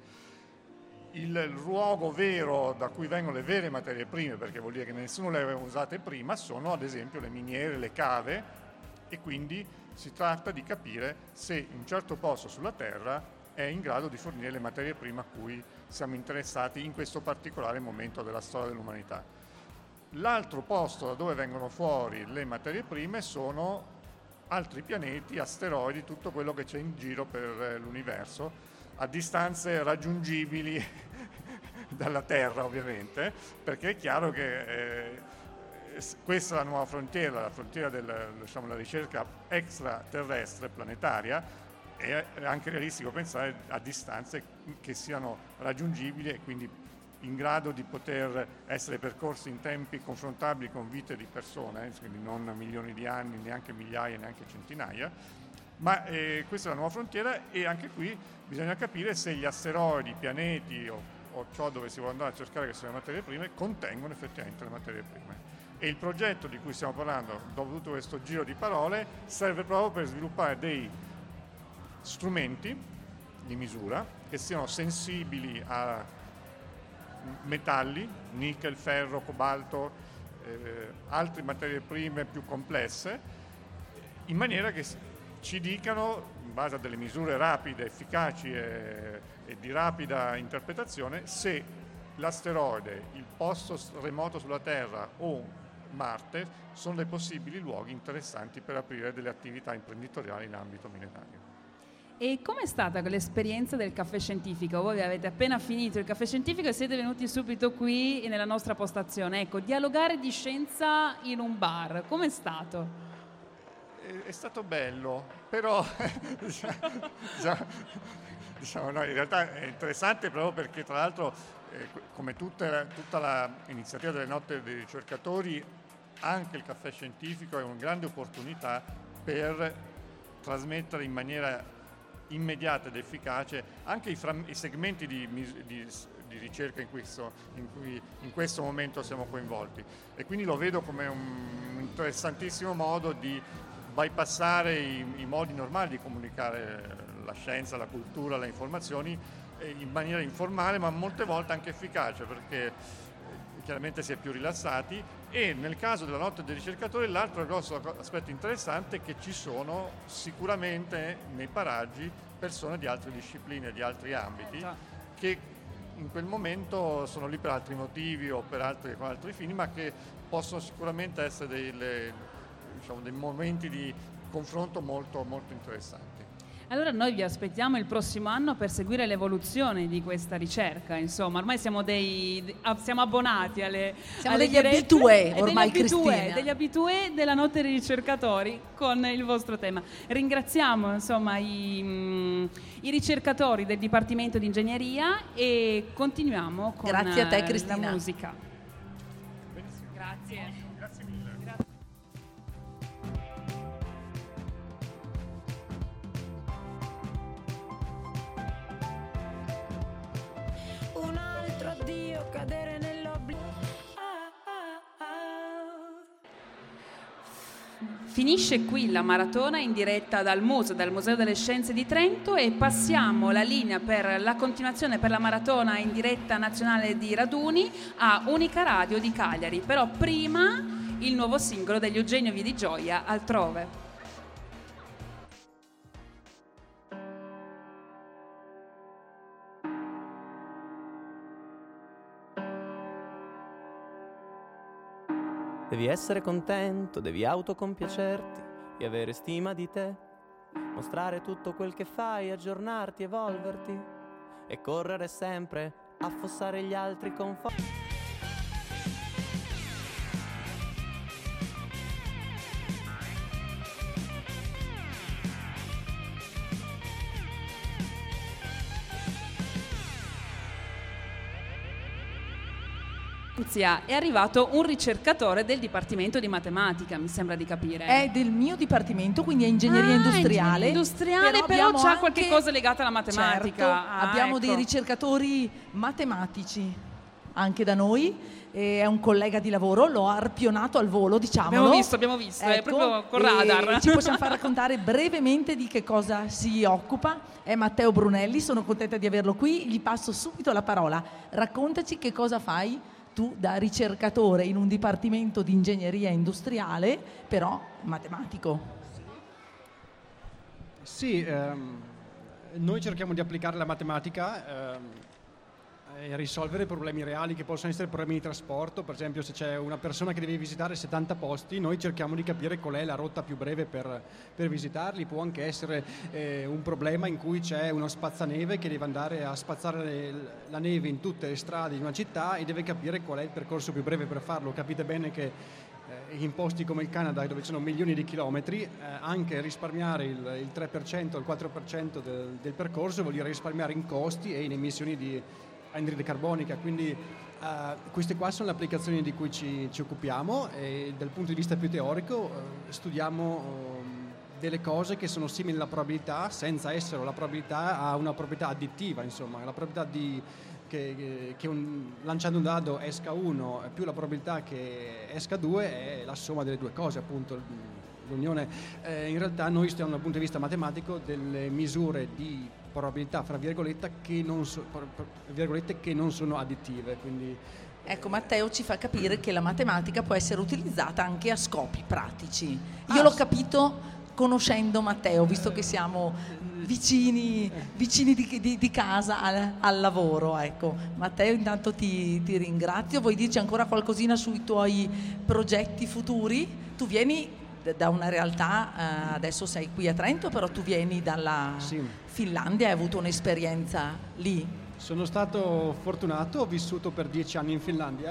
Il luogo vero da cui vengono le vere materie prime, perché vuol dire che nessuno le aveva usate prima, sono ad esempio le miniere, le cave, e quindi si tratta di capire se un certo posto sulla Terra è in grado di fornire le materie prime a cui siamo interessati in questo particolare momento della storia dell'umanità. L'altro posto da dove vengono fuori le materie prime sono altri pianeti, asteroidi, tutto quello che c'è in giro per l'universo, a distanze raggiungibili dalla Terra, ovviamente, perché è chiaro che eh, questa è la nuova frontiera, la frontiera della, diciamo, la ricerca extraterrestre, planetaria. È anche realistico pensare a distanze che siano raggiungibili e quindi in grado di poter essere percorsi in tempi confrontabili con vite di persone, quindi non milioni di anni, neanche migliaia, neanche centinaia, ma eh, questa è la nuova frontiera, e anche qui bisogna capire se gli asteroidi, i pianeti o, o ciò dove si vuole andare a cercare che siano le materie prime contengono effettivamente le materie prime. E il progetto di cui stiamo parlando, dopo tutto questo giro di parole, serve proprio per sviluppare dei strumenti di misura che siano sensibili a metalli, nickel, ferro, cobalto, eh, altre materie prime più complesse, in maniera che ci dicano, in base a delle misure rapide, efficaci e, e di rapida interpretazione, se l'asteroide, il posto remoto sulla Terra o Marte sono dei possibili luoghi interessanti per aprire delle attività imprenditoriali in ambito minerario. E com'è stata quell'esperienza del caffè scientifico? Voi avete appena finito il caffè scientifico e siete venuti subito qui nella nostra postazione. Ecco, dialogare di scienza in un bar, com'è stato? È, è stato bello, però diciamo, diciamo, no, in realtà è interessante proprio perché tra l'altro, eh, come tutta, tutta l'iniziativa delle notte dei ricercatori, anche il caffè scientifico è una grande opportunità per trasmettere in maniera immediata ed efficace anche i, fram- i segmenti di, di, di ricerca in questo, in cui in questo momento siamo coinvolti, e quindi lo vedo come un interessantissimo modo di bypassare i, i modi normali di comunicare la scienza, la cultura, le informazioni in maniera informale, ma molte volte anche efficace, perché chiaramente si è più rilassati. E nel caso della notte dei ricercatori l'altro grosso aspetto interessante è che ci sono sicuramente nei paraggi persone di altre discipline, di altri ambiti, che in quel momento sono lì per altri motivi o per altri, con altri fini, ma che possono sicuramente essere delle, diciamo, dei momenti di confronto molto, molto interessanti. Allora noi vi aspettiamo il prossimo anno per seguire l'evoluzione di questa ricerca, insomma, ormai siamo dei siamo abbonati alle siamo alle degli abitué degli ormai, abitué, Cristina. degli abitué della notte dei ricercatori con il vostro tema. Ringraziamo insomma i, mh, i ricercatori del Dipartimento di Ingegneria e continuiamo con Grazie a te, la Cristina. musica. Grazie. Grazie mille. Un altro però Dio cadere nell'oblio. Finisce qui la maratona in diretta dal Museo, dal Museo delle Scienze di Trento, e passiamo la linea per la continuazione per la maratona in diretta nazionale di Raduni a Unica Radio di Cagliari. Però prima il nuovo singolo degli Eugenio Vie di Gioia, Altrove. Devi essere contento, devi autocompiacerti e avere stima di te, mostrare tutto quel che fai, aggiornarti, evolverti e correre sempre, affossare gli altri con forza. È arrivato un ricercatore del Dipartimento di Matematica, mi sembra di capire. È del mio dipartimento, quindi è ingegneria ah, industriale. Ingegneria industriale, però, però c'ha anche... qualche cosa legata alla matematica. Certo, ah, abbiamo ecco. dei ricercatori matematici anche da noi. È un collega di lavoro, l'ho arpionato al volo, diciamolo. Abbiamo visto, abbiamo visto, ecco, è proprio col radar. Ci possiamo far raccontare brevemente di che cosa si occupa. È Matteo Brunelli, sono contenta di averlo qui, gli passo subito la parola. Raccontaci che cosa fai tu da ricercatore in un dipartimento di ingegneria industriale, però matematico. Sì, ehm, noi cerchiamo di applicare la matematica ehm, e risolvere problemi reali che possono essere problemi di trasporto. Per esempio, se c'è una persona che deve visitare settanta posti, noi cerchiamo di capire qual è la rotta più breve per, per visitarli. Può anche essere eh, un problema in cui c'è uno spazzaneve che deve andare a spazzare le, la neve in tutte le strade di una città e deve capire qual è il percorso più breve per farlo. Capite bene che eh, in posti come il Canada, dove ci sono milioni di chilometri, eh, anche risparmiare il, il tre per cento, il quattro per cento del, del percorso vuol dire risparmiare in costi e in emissioni di anidride carbonica, quindi uh, queste qua sono le applicazioni di cui ci, ci occupiamo, e dal punto di vista più teorico uh, studiamo um, delle cose che sono simili alla probabilità senza essere. La probabilità ha una probabilità additiva, insomma, la probabilità di che, che un, lanciando un dado esca uno più la probabilità che esca due è la somma delle due cose, appunto. L'unione, eh, in realtà noi stiamo dal punto di vista matematico delle misure di probabilità fra virgolette che non, so, virgolette che non sono additive, quindi ecco, Matteo ci fa capire che la matematica può essere utilizzata anche a scopi pratici. Io ah, l'ho capito conoscendo Matteo, visto che siamo vicini, vicini di, di, di casa al, al lavoro, ecco. Matteo, intanto ti, ti ringrazio. Vuoi dirci ancora qualcosina sui tuoi progetti futuri? Tu vieni da una realtà, eh, adesso sei qui a Trento, però tu vieni dalla sì. Finlandia, hai avuto un'esperienza lì? Sono stato fortunato, ho vissuto per dieci anni in Finlandia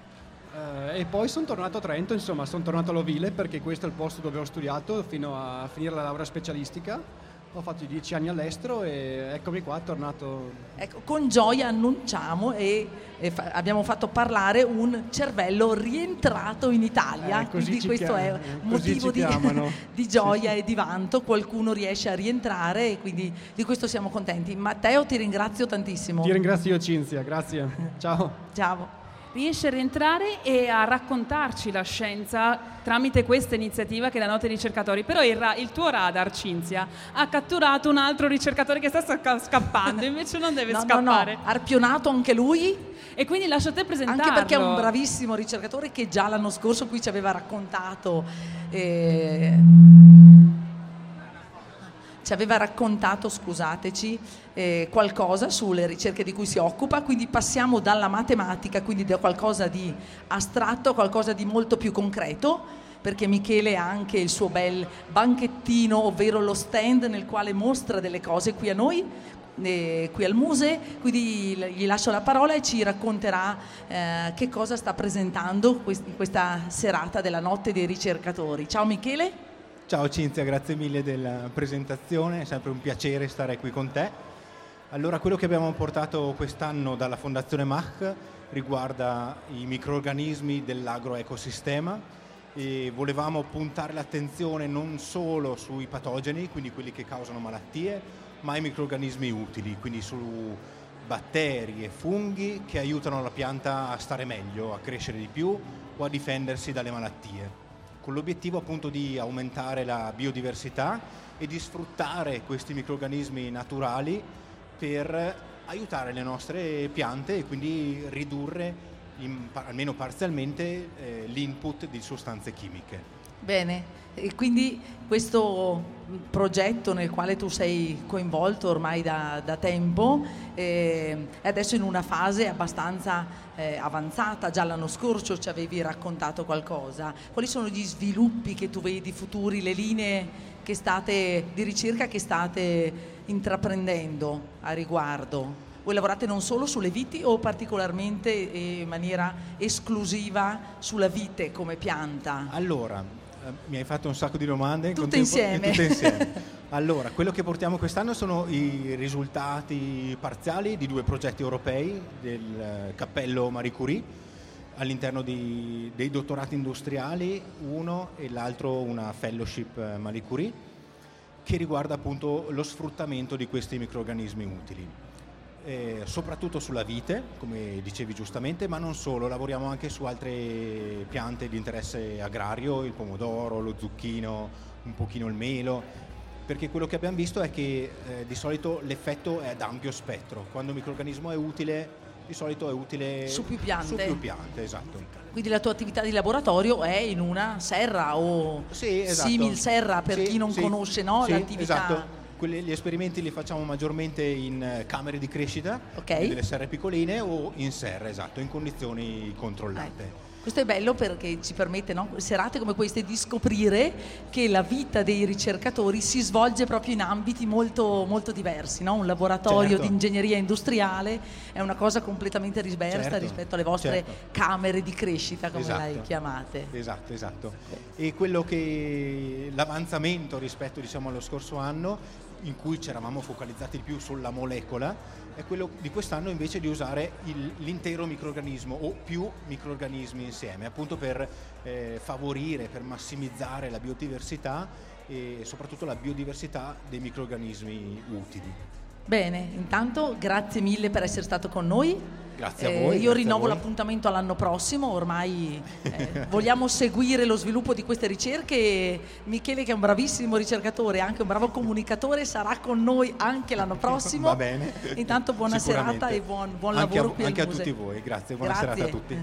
eh, e poi sono tornato a Trento, insomma sono tornato a Lovile perché questo è il posto dove ho studiato fino a finire la laurea specialistica. Ho fatto dieci anni all'estero e eccomi qua, tornato. Ecco, con gioia annunciamo e, e fa, abbiamo fatto parlare un cervello rientrato in Italia, eh, quindi questo chiam- è un motivo di, di gioia sì, sì. e di vanto. Qualcuno riesce a rientrare e quindi di questo siamo contenti. Matteo, ti ringrazio tantissimo. Ti ringrazio io, Cinzia, grazie. Ciao. Ciao. Riesce a rientrare e a raccontarci la scienza tramite questa iniziativa che è la Notte dei Ricercatori. Però il, ra- il tuo radar, Cinzia, ha catturato un altro ricercatore che sta sca- scappando, invece non deve no, scappare. No, no, arpionato anche lui. E quindi lascio a te presentarlo. Anche perché è un bravissimo ricercatore che già l'anno scorso qui ci aveva raccontato... Eh, ci aveva raccontato, scusateci, eh, qualcosa sulle ricerche di cui si occupa, quindi passiamo dalla matematica, quindi da qualcosa di astratto a qualcosa di molto più concreto, perché Michele ha anche il suo bel banchettino, ovvero lo stand nel quale mostra delle cose qui a noi, eh, qui al museo, quindi gli lascio la parola e ci racconterà eh, che cosa sta presentando quest- questa serata della Notte dei Ricercatori. Ciao Michele. Ciao Cinzia, grazie mille della presentazione, è sempre un piacere stare qui con te. Allora, quello che abbiamo portato quest'anno dalla Fondazione Mach riguarda i microrganismi dell'agroecosistema e volevamo puntare l'attenzione non solo sui patogeni, quindi quelli che causano malattie, ma ai microrganismi utili, quindi su batteri e funghi che aiutano la pianta a stare meglio, a crescere di più o a difendersi dalle malattie, con l'obiettivo appunto di aumentare la biodiversità e di sfruttare questi microrganismi naturali per aiutare le nostre piante e quindi ridurre in, almeno parzialmente eh, l'input di sostanze chimiche. Bene, e quindi questo progetto nel quale tu sei coinvolto ormai da, da tempo eh, è adesso in una fase abbastanza eh, avanzata. Già l'anno scorso ci avevi raccontato qualcosa. Quali sono gli sviluppi che tu vedi futuri, le linee che state, di ricerca che state intraprendendo a riguardo? Voi lavorate non solo sulle viti o particolarmente e in maniera esclusiva sulla vite come pianta? Allora, eh, mi hai fatto un sacco di domande. Tutte insieme. Tutte insieme. Allora, quello che portiamo quest'anno sono i risultati parziali di due progetti europei del Cappello Marie Curie all'interno di, dei dottorati industriali, uno e l'altro una fellowship Marie Curie, che riguarda appunto lo sfruttamento di questi microrganismi utili. Eh, soprattutto sulla vite, come dicevi giustamente, ma non solo, lavoriamo anche su altre piante di interesse agrario, il pomodoro, lo zucchino, un pochino il melo, perché quello che abbiamo visto è che eh, di solito l'effetto è ad ampio spettro. Quando un microrganismo è utile, di solito è utile su più piante. Su più piante, esatto. Quindi la tua attività di laboratorio è in una serra o sì, esatto. simil serra per sì, chi non sì, conosce no, sì, l'attività. Esatto. Gli esperimenti li facciamo maggiormente in camere di crescita, okay. delle serre piccoline o in serra, esatto, in condizioni controllate. Eh. Questo è bello perché ci permette, no, serate come queste, di scoprire che la vita dei ricercatori si svolge proprio in ambiti molto, molto diversi. No? Un laboratorio certo. di ingegneria industriale è una cosa completamente diversa certo. rispetto alle vostre certo. camere di crescita, come esatto. l'hai chiamate. Esatto, esatto. E quello che l'avanzamento rispetto diciamo, allo scorso anno, in cui ci eravamo focalizzati di più sulla molecola, è quello di quest'anno invece di usare il, l'intero microrganismo o più microrganismi insieme, appunto per eh, favorire, per massimizzare la biodiversità e soprattutto la biodiversità dei microrganismi utili. Bene, intanto grazie mille per essere stato con noi. Grazie a eh, voi. Io rinnovo l'appuntamento all'anno prossimo, ormai eh, vogliamo seguire lo sviluppo di queste ricerche e Michele, che è un bravissimo ricercatore, anche un bravo comunicatore, sarà con noi anche l'anno prossimo. Va bene. Intanto buona serata e buon, buon anche lavoro a, qui anche al a museo. tutti voi, grazie, buona grazie. serata a tutti.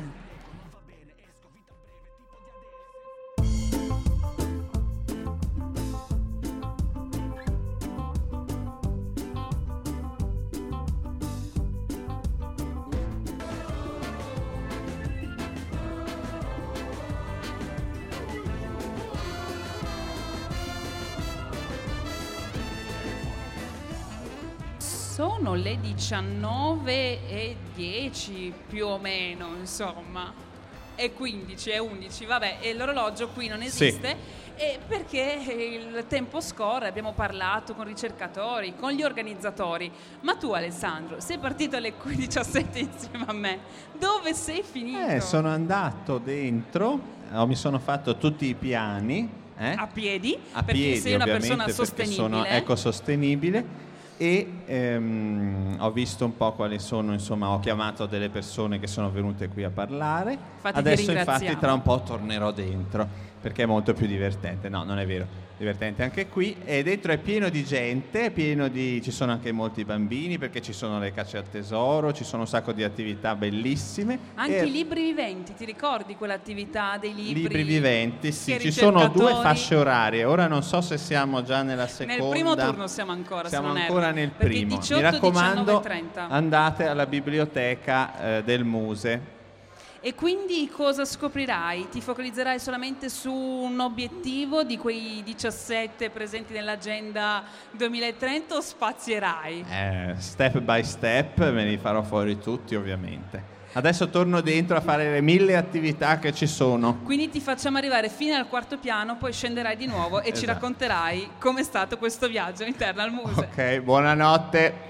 Sono le diciannove e dieci più o meno, insomma, è quindici, è undici, vabbè, e l'orologio qui non esiste, sì. E perché il tempo scorre, abbiamo parlato con ricercatori, con gli organizzatori, ma tu Alessandro sei partito alle quindici e diciassette insieme a me, dove sei finito? Eh, sono andato dentro, oh, mi sono fatto tutti i piani. Eh? A piedi, a perché piedi, sei una persona sostenibile. Sono ecosostenibile. E ehm, ho visto un po' quali sono, insomma, ho chiamato delle persone che sono venute qui a parlare. Infatti adesso infatti tra un po' tornerò dentro perché è molto più divertente. No, non è vero, divertente anche qui, e dentro è pieno di gente, è pieno di, ci sono anche molti bambini perché ci sono le cacce al tesoro, ci sono un sacco di attività bellissime. Anche e i libri viventi, ti ricordi quell'attività dei libri? Libri viventi, sì, ci sono due fasce orarie, ora non so se siamo già nella seconda. Nel primo turno siamo ancora, siamo se non ancora erro, nel perché primo. diciotto, Mi raccomando, diciannove e trenta. andate alla biblioteca eh, del Muse. E quindi cosa scoprirai? Ti focalizzerai solamente su un obiettivo di quei diciassette presenti nell'agenda duemilatrenta o spazierai? Eh, step by step me li farò fuori tutti, ovviamente. Adesso torno dentro a fare le mille attività che ci sono. Quindi ti facciamo arrivare fino al quarto piano, poi scenderai di nuovo e esatto. ci racconterai com'è stato questo viaggio all'interno al Muse. Ok, buonanotte.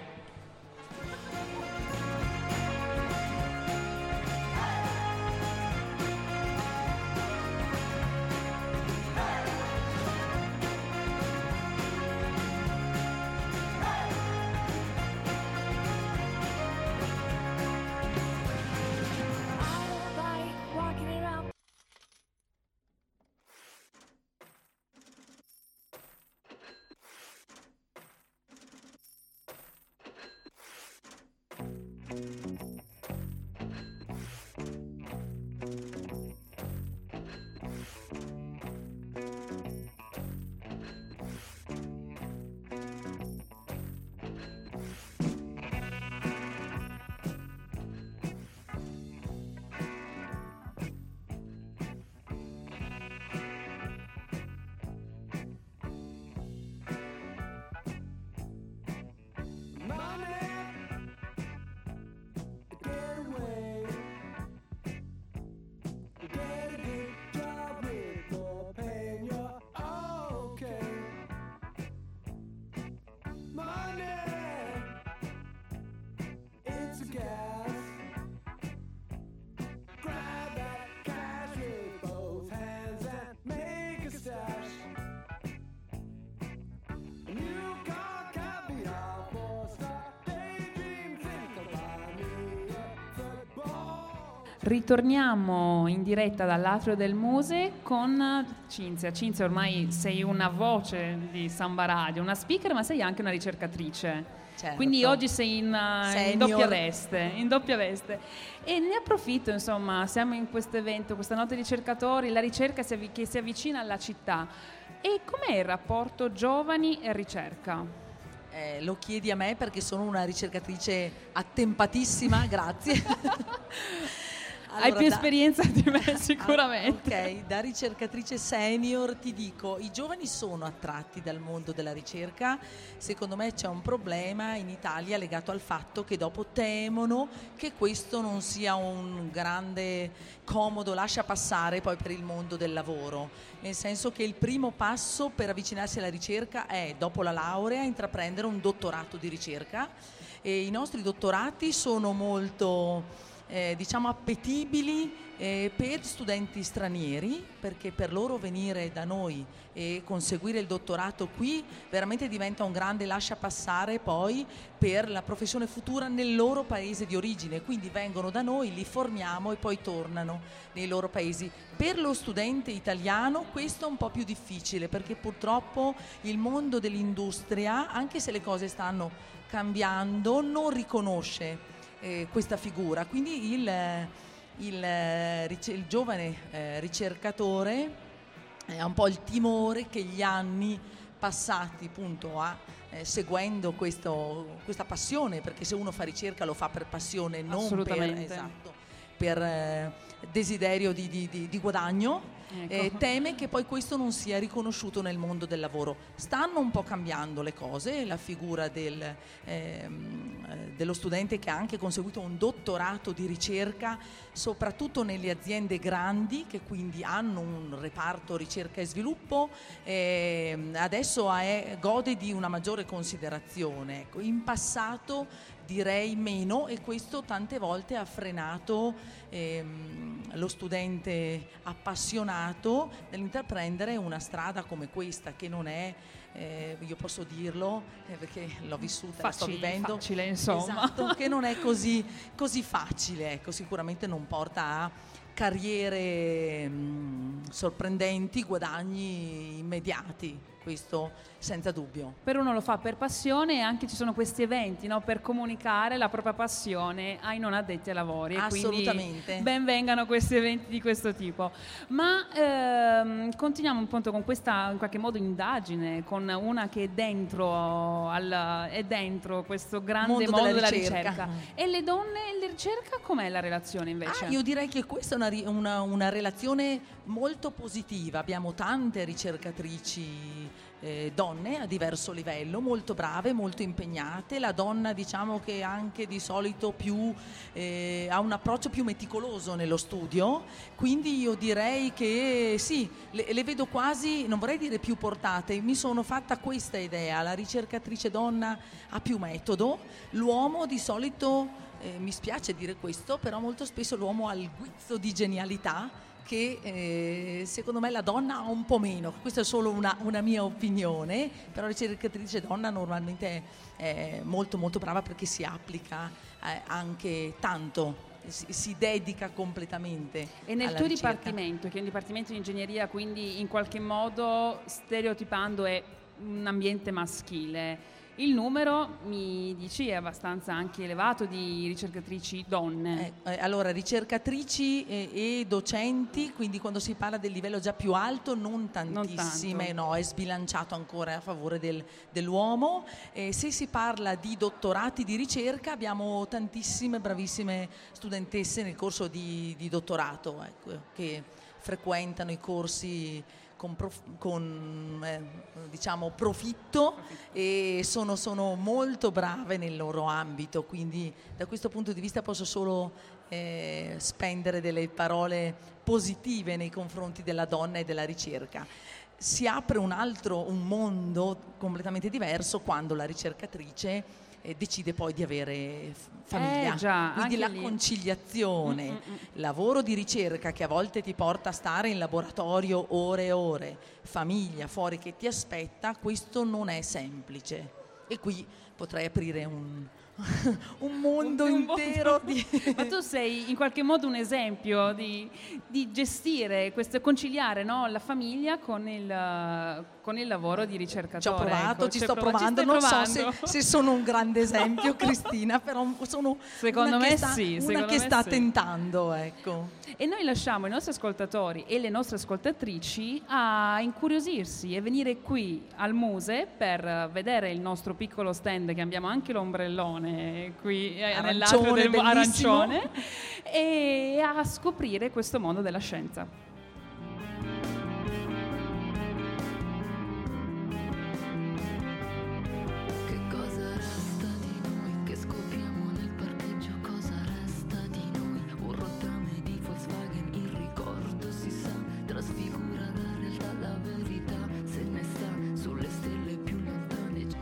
gas. Grab that cash with both hands and make a stash. New car, caviar for star, daydream, think about me, football. Ritorniamo in diretta dall'atrio del Muse con Cinzia. Cinzia, ormai sei una voce di Samba Radio, una speaker, ma sei anche una ricercatrice. Certo. Quindi oggi sei in, uh, in doppia veste, in doppia veste. E ne approfitto, insomma, siamo in questo evento, questa notte di ricercatori, la ricerca si avvi- che si avvicina alla città. E com'è il rapporto giovani e ricerca? Eh, lo chiedi a me perché sono una ricercatrice attempatissima, grazie. Hai Allora, più da- esperienza di me sicuramente. Ah, ok, da ricercatrice senior ti dico, i giovani sono attratti dal mondo della ricerca. Secondo me c'è un problema in Italia legato al fatto che dopo temono che questo non sia un grande comodo lascia passare poi per il mondo del lavoro, nel senso che il primo passo per avvicinarsi alla ricerca è, dopo la laurea, intraprendere un dottorato di ricerca, e i nostri dottorati sono molto Eh, diciamo appetibili eh, per studenti stranieri, perché per loro venire da noi e conseguire il dottorato qui veramente diventa un grande lasciapassare poi per la professione futura nel loro paese di origine, quindi vengono da noi, li formiamo e poi tornano nei loro paesi. Per lo studente italiano questo è un po' più difficile, perché purtroppo il mondo dell'industria, anche se le cose stanno cambiando, non riconosce Eh, questa figura, quindi il, il, il giovane eh, ricercatore eh, ha un po' il timore che gli anni passati appunto a eh, seguendo questo, questa passione, perché se uno fa ricerca lo fa per passione, non per, esatto, per eh, desiderio di, di, di, di guadagno. Ecco. Eh, teme che poi questo non sia riconosciuto nel mondo del lavoro. Stanno un po' cambiando le cose, la figura del, ehm, dello studente che ha anche conseguito un dottorato di ricerca, soprattutto nelle aziende grandi che quindi hanno un reparto ricerca e sviluppo, eh, adesso è, gode di una maggiore considerazione. Ecco, in passato direi meno, e questo tante volte ha frenato ehm, lo studente appassionato nell'intraprendere una strada come questa, che non è, eh, io posso dirlo eh, perché l'ho vissuta, la sto Facile, vivendo, facile, insomma. Esatto, che non è così, così facile, ecco, sicuramente non porta a carriere mh, sorprendenti, guadagni immediati, questo senza dubbio. Per uno lo fa per passione, e anche ci sono questi eventi, no, per comunicare la propria passione ai non addetti ai lavori. Assolutamente. Quindi ben vengano questi eventi di questo tipo. Ma ehm, continuiamo appunto con questa in qualche modo indagine, con una che è dentro, al, è dentro questo grande Mondo mondo, della della ricerca. ricerca. E le donne e la ricerca, com'è la relazione invece? Ah, io direi che questa è una, ri- una, una relazione molto positiva. Abbiamo tante ricercatrici eh, donne a diverso livello, molto brave, molto impegnate. La donna, diciamo che anche di solito più eh, ha un approccio più meticoloso nello studio, quindi io direi che sì, le, le vedo quasi, non vorrei dire più portate, mi sono fatta questa idea: la ricercatrice donna ha più metodo, l'uomo di solito Eh, mi spiace dire questo, però molto spesso l'uomo ha il guizzo di genialità che eh, secondo me la donna ha un po' meno. Questa è solo una, una mia opinione, però la ricercatrice donna normalmente è molto molto brava perché si applica eh, anche tanto, si, si dedica completamente. E nel alla tuo ricerca. dipartimento, che è un dipartimento di ingegneria, quindi in qualche modo stereotipando è un ambiente maschile, il numero, mi dici, è abbastanza anche elevato di ricercatrici donne. Eh, eh, allora, ricercatrici e, e docenti, quindi quando si parla del livello già più alto, non tantissime, tanto. no, è sbilanciato ancora a favore del, dell'uomo. Eh, se si parla di dottorati di ricerca, abbiamo tantissime bravissime studentesse nel corso di, di dottorato, ecco, che frequentano i corsi con, prof, con eh, diciamo profitto e sono, sono molto brave nel loro ambito, quindi da questo punto di vista posso solo eh, spendere delle parole positive nei confronti della donna e della ricerca. Si apre un altro, un mondo completamente diverso quando la ricercatrice eh, decide poi di avere f- famiglia. Eh, già, Quindi anche la lì. conciliazione, Mm-mm-mm. lavoro di ricerca che a volte ti porta a stare in laboratorio ore e ore, famiglia fuori che ti aspetta, questo non è semplice. E qui potrei aprire un, un mondo Un intero mondo. di... Ma tu sei in qualche modo un esempio di, di gestire questo, conciliare, no, la famiglia con il, con il lavoro di ricercatore. Ci ho provato, ecco. ci Ci sto prov- ci provando, stai non provando? so se, se sono un grande esempio, Cristina, però sono Secondo una me che sta, sì, una secondo che me sta sì. tentando, ecco. E noi lasciamo i nostri ascoltatori e le nostre ascoltatrici a incuriosirsi e venire qui al Muse per vedere il nostro piccolo stand, che abbiamo anche l'ombrellone qui eh, Arancione, nell'atrio del bellissimo. arancione, e a scoprire questo mondo della scienza. Che cosa resta di noi? Che scopriamo nel parcheggio? Cosa resta di noi? Un rottame di Volkswagen, il ricordo si sa, trasfigura la realtà, la verità se ne sta sulle stelle più lontane.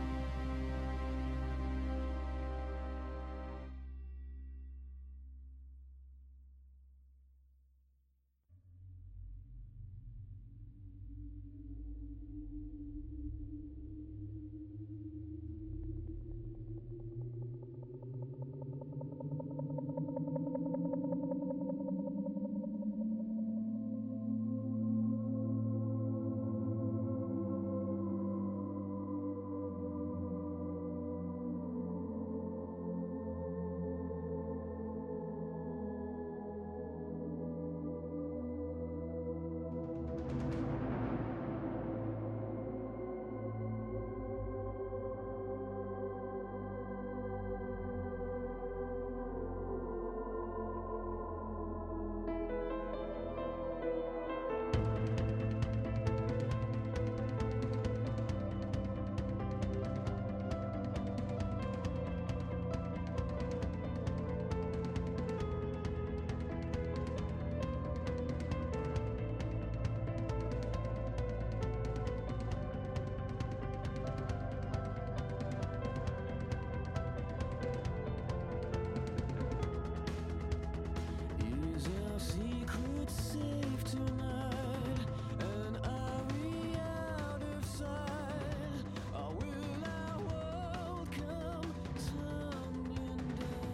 Is our secret safe tonight? And are we out of sight? Or will our world come tumbling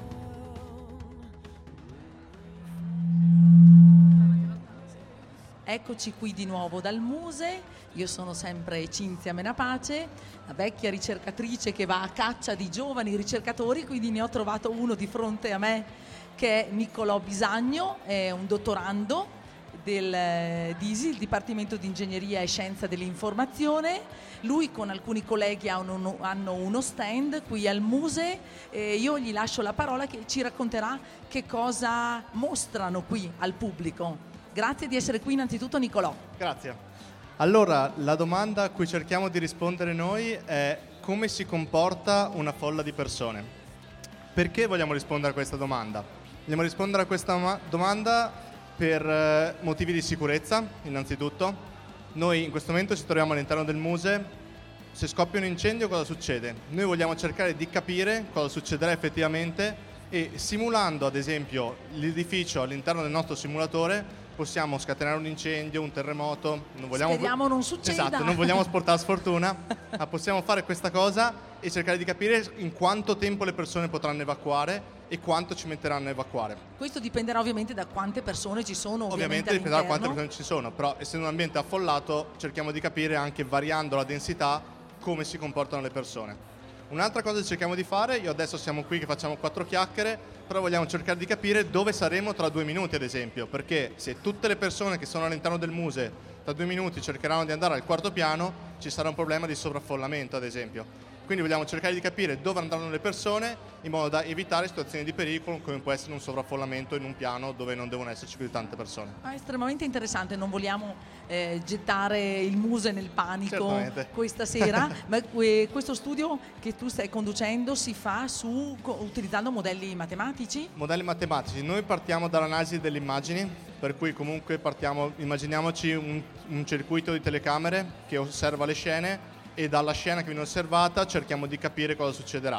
down? Eccoci qui di nuovo dal Muse, io sono sempre Cinzia Menapace, la vecchia ricercatrice che va a caccia di giovani ricercatori, quindi ne ho trovato uno di fronte a me che è Niccolò Bisagno, è un dottorando del eh, D I S I, il Dipartimento di Ingegneria e Scienza dell'Informazione. Lui con alcuni colleghi hanno uno, hanno uno stand qui al Muse, e io gli lascio la parola che ci racconterà che cosa mostrano qui al pubblico. Grazie di essere qui innanzitutto, Niccolò. Grazie. Allora, la domanda a cui cerchiamo di rispondere noi è: come si comporta una folla di persone? Perché vogliamo rispondere a questa domanda? Vogliamo rispondere a questa ma- domanda per eh, motivi di sicurezza, innanzitutto. Noi in questo momento ci troviamo all'interno del Muse. Se scoppia un incendio, cosa succede? Noi vogliamo cercare di capire cosa succederà effettivamente e, simulando ad esempio l'edificio all'interno del nostro simulatore, possiamo scatenare un incendio, un terremoto. Non vogliamo... Speriamo non succeda. Esatto, non vogliamo sportare sfortuna, ma possiamo fare questa cosa e cercare di capire in quanto tempo le persone potranno evacuare e quanto ci metteranno a evacuare. Questo dipenderà ovviamente da quante persone ci sono ovviamente, Ovviamente dipenderà da quante all'interno. persone ci sono, però essendo un ambiente affollato cerchiamo di capire anche variando la densità come si comportano le persone. Un'altra cosa che cerchiamo di fare, io adesso siamo qui che facciamo quattro chiacchiere, però vogliamo cercare di capire dove saremo tra due minuti ad esempio, perché se tutte le persone che sono all'interno del Muse tra due minuti cercheranno di andare al quarto piano, ci sarà un problema di sovraffollamento ad esempio. Quindi vogliamo cercare di capire dove andranno le persone in modo da evitare situazioni di pericolo come può essere un sovraffollamento in un piano dove non devono esserci più tante persone. Ah, è estremamente interessante, non vogliamo eh, gettare il Muse nel panico Certamente. questa sera, ma que- questo studio che tu stai conducendo si fa su, co- utilizzando modelli matematici? Modelli matematici, noi partiamo dall'analisi delle immagini, per cui comunque partiamo, immaginiamoci un, un circuito di telecamere che osserva le scene e dalla scena che viene osservata cerchiamo di capire cosa succederà.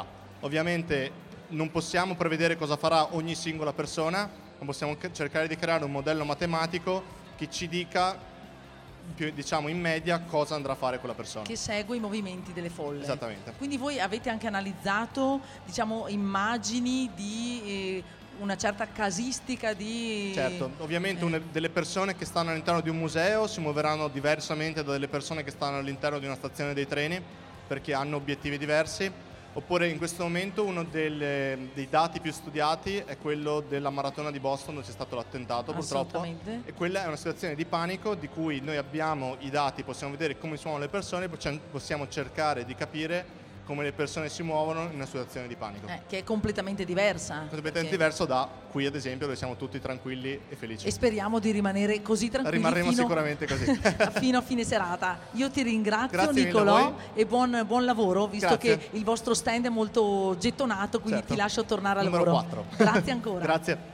Ovviamente non possiamo prevedere cosa farà ogni singola persona, ma possiamo c- cercare di creare un modello matematico che ci dica, più, diciamo in media, cosa andrà a fare quella persona. Che segue i movimenti delle folle. Esattamente. Quindi voi avete anche analizzato, diciamo, immagini di eh, una certa casistica di... Certo, ovviamente una delle persone che stanno all'interno di un museo si muoveranno diversamente da delle persone che stanno all'interno di una stazione dei treni, perché hanno obiettivi diversi. Oppure in questo momento uno delle, dei dati più studiati è quello della maratona di Boston, dove c'è stato l'attentato purtroppo, e quella è una situazione di panico di cui noi abbiamo i dati, possiamo vedere come si muovono le persone, possiamo cercare di capire come le persone si muovono in una situazione di panico. Eh, che è completamente diversa. Completamente perché... diverso da qui, ad esempio, dove siamo tutti tranquilli e felici. E speriamo di rimanere così tranquilli. Rimarremo fino, sicuramente così. fino a fine serata. Io ti ringrazio, Grazie Nicolò, e buon, buon lavoro, visto Grazie. che il vostro stand è molto gettonato, quindi Certo. ti lascio tornare al Numero lavoro. quattro. Grazie ancora. Grazie.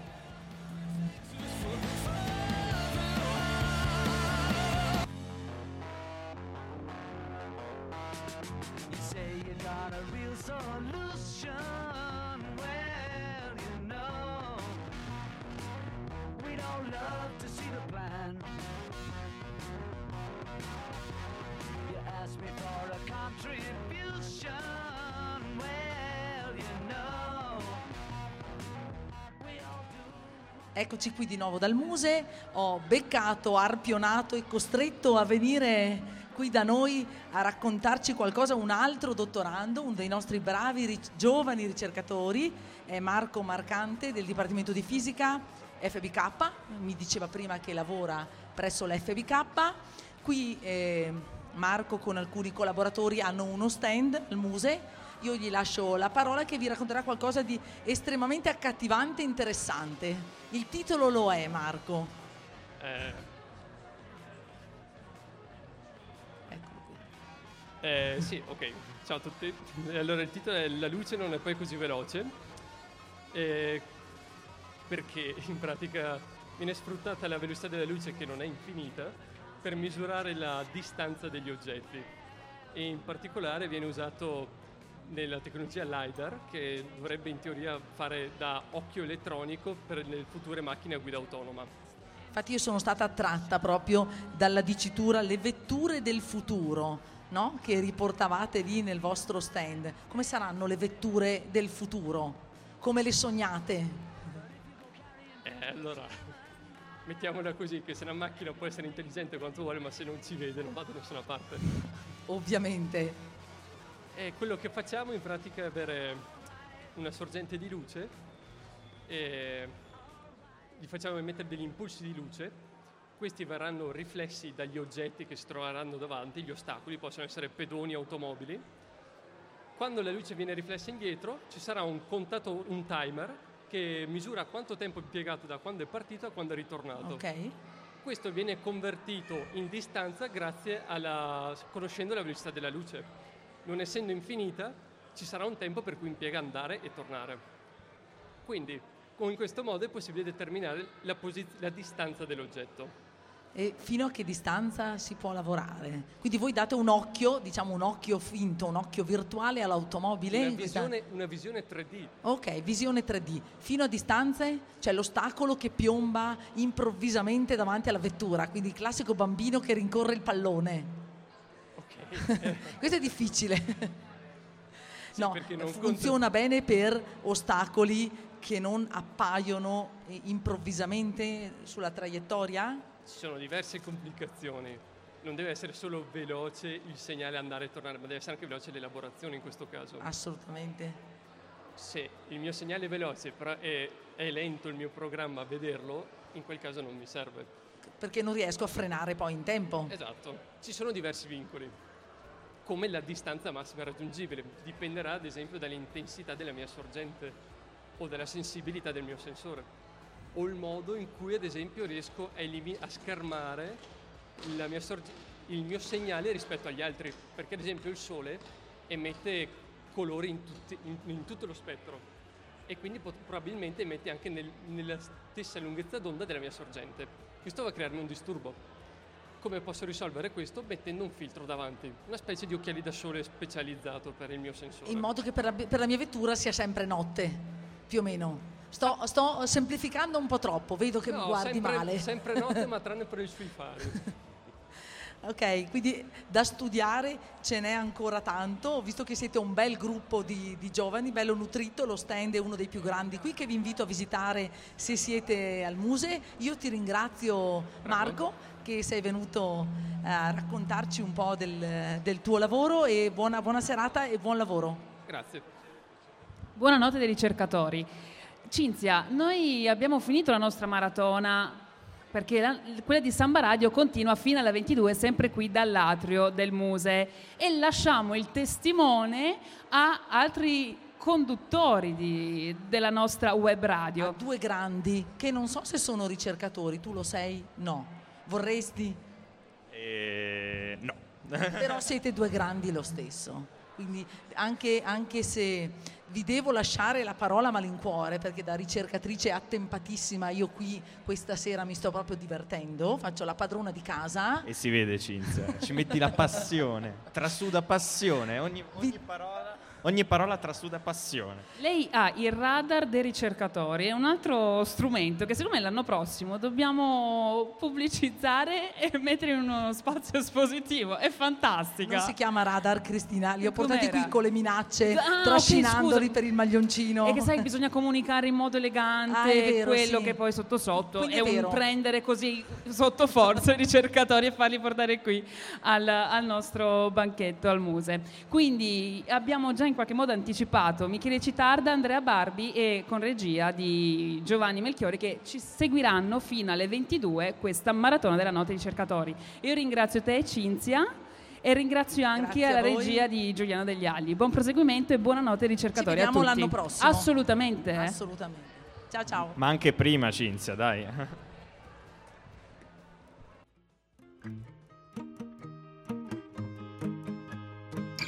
Eccoci qui di nuovo dal Muse, ho beccato, arpionato e costretto a venire qui da noi a raccontarci qualcosa un altro dottorando, uno dei nostri bravi ric- giovani ricercatori, è Marco Marcante del Dipartimento di Fisica F B K, mi diceva prima che lavora presso la F B K. Qui eh, Marco con alcuni collaboratori hanno uno stand al Muse. Io gli lascio la parola che vi racconterà qualcosa di estremamente accattivante e interessante. Il titolo lo è, Marco. Eh. Eh, sì, ok. Ciao a tutti. Allora, il titolo è La luce non è poi così veloce, eh, perché in pratica viene sfruttata la velocità della luce, che non è infinita, per misurare la distanza degli oggetti. E in particolare viene usato nella tecnologia LiDAR, che dovrebbe in teoria fare da occhio elettronico per le future macchine a guida autonoma. Infatti io sono stata attratta proprio dalla dicitura le vetture del futuro, no? Che riportavate lì nel vostro stand. Come saranno le vetture del futuro? Come le sognate? Eh, allora, mettiamola così, che se una macchina può essere intelligente quanto vuole, ma se non ci vede non va da nessuna parte. Ovviamente. E quello che facciamo in pratica è avere una sorgente di luce e gli facciamo emettere degli impulsi di luce. Questi verranno riflessi dagli oggetti che si troveranno davanti, gli ostacoli, possono essere pedoni, automobili. Quando la luce viene riflessa indietro ci sarà un contatore, un timer, che misura quanto tempo è impiegato da quando è partito a quando è ritornato. Ok. Questo viene convertito in distanza grazie alla conoscendo la velocità della luce. Non essendo infinita, ci sarà un tempo per cui impiega andare e tornare. Quindi, in questo modo è possibile determinare la, posiz- la distanza dell'oggetto. E fino a che distanza si può lavorare? Quindi voi date un occhio, diciamo un occhio finto, un occhio virtuale all'automobile? Una in questa- visione, una visione tre D. Ok, visione tre D. Fino a distanze? C'è l'ostacolo che piomba improvvisamente davanti alla vettura, quindi il classico bambino che rincorre il pallone. Questo è difficile. Sì, no, perché non funziona bene per ostacoli che non appaiono eh, improvvisamente sulla traiettoria? Ci sono diverse complicazioni. Non deve essere solo veloce il segnale andare e tornare, ma deve essere anche veloce l'elaborazione in questo caso. Assolutamente. Se il mio segnale è veloce, però è, è lento il mio programma a vederlo, in quel caso non mi serve. Perché non riesco a frenare poi in tempo. Esatto. Ci sono diversi vincoli, come la distanza massima raggiungibile. Dipenderà ad esempio dall'intensità della mia sorgente o dalla sensibilità del mio sensore, o il modo in cui ad esempio riesco a, elimi- a schermare la mia sorge- il mio segnale rispetto agli altri, perché ad esempio il sole emette colori in, tutti, in, in tutto lo spettro e quindi pot- probabilmente emette anche nel, nella stessa lunghezza d'onda della mia sorgente. Questo va a crearmi un disturbo. come posso risolvere questo? Mettendo un filtro davanti, una specie di occhiali da sole specializzato per il mio sensore. In modo che per la, per la mia vettura sia sempre notte, più o meno. Sto, sto semplificando un po' troppo, vedo che no, mi guardi sempre, male. sempre notte, ma tranne per i suoi fari. Ok, quindi da studiare ce n'è ancora tanto, visto che siete un bel gruppo di, di giovani, bello nutrito, lo stand è uno dei più grandi qui che vi invito a visitare se siete al Muse. Io ti ringrazio Marco che sei venuto a raccontarci un po' del, del tuo lavoro e buona, buona serata e buon lavoro. Grazie. Buonanotte dei ricercatori. Cinzia, noi abbiamo finito la nostra maratona perché la, quella di Samba Radio continua fino alle ventidue sempre qui dall'atrio del Muse e lasciamo il testimone a altri conduttori di, della nostra web radio. A due grandi che non so se sono ricercatori, tu lo sei? No. Vorresti? Eh, no. Però siete due grandi lo stesso. Quindi anche, anche se vi devo lasciare la parola a malincuore, perché da ricercatrice attempatissima io qui questa sera mi sto proprio divertendo, faccio la padrona di casa. E si vede, Cinzia, ci metti la passione, trasuda passione, ogni, ogni Vi... parola... Ogni parola trasuda passione. Lei ha il radar dei ricercatori, è un altro strumento che secondo me l'anno prossimo dobbiamo pubblicizzare e mettere in uno spazio espositivo. È fantastica. Non si chiama radar, Cristina, li ho portati Com'era? qui con le minacce, Ah, trascinandoli ok, per il maglioncino. E che sai, bisogna comunicare in modo elegante Ah, è vero, quello sì. che poi sotto sotto Quindi è, è un vero. prendere così sotto forza i ricercatori e farli portare qui al, al nostro banchetto al Muse. Quindi abbiamo già in qualche modo anticipato Michele Citarda, Andrea Barbi e con regia di Giovanni Melchiori che ci seguiranno fino alle ventidue questa maratona della notte ricercatori. Io ringrazio te Cinzia e ringrazio anche Grazie a la voi. regia di Giuliano Degli Agli. Buon proseguimento e buonanotte ricercatori Ci a vediamo tutti. l'anno prossimo. Assolutamente. eh. Assolutamente. Ciao ciao. Ma anche prima, Cinzia, dai.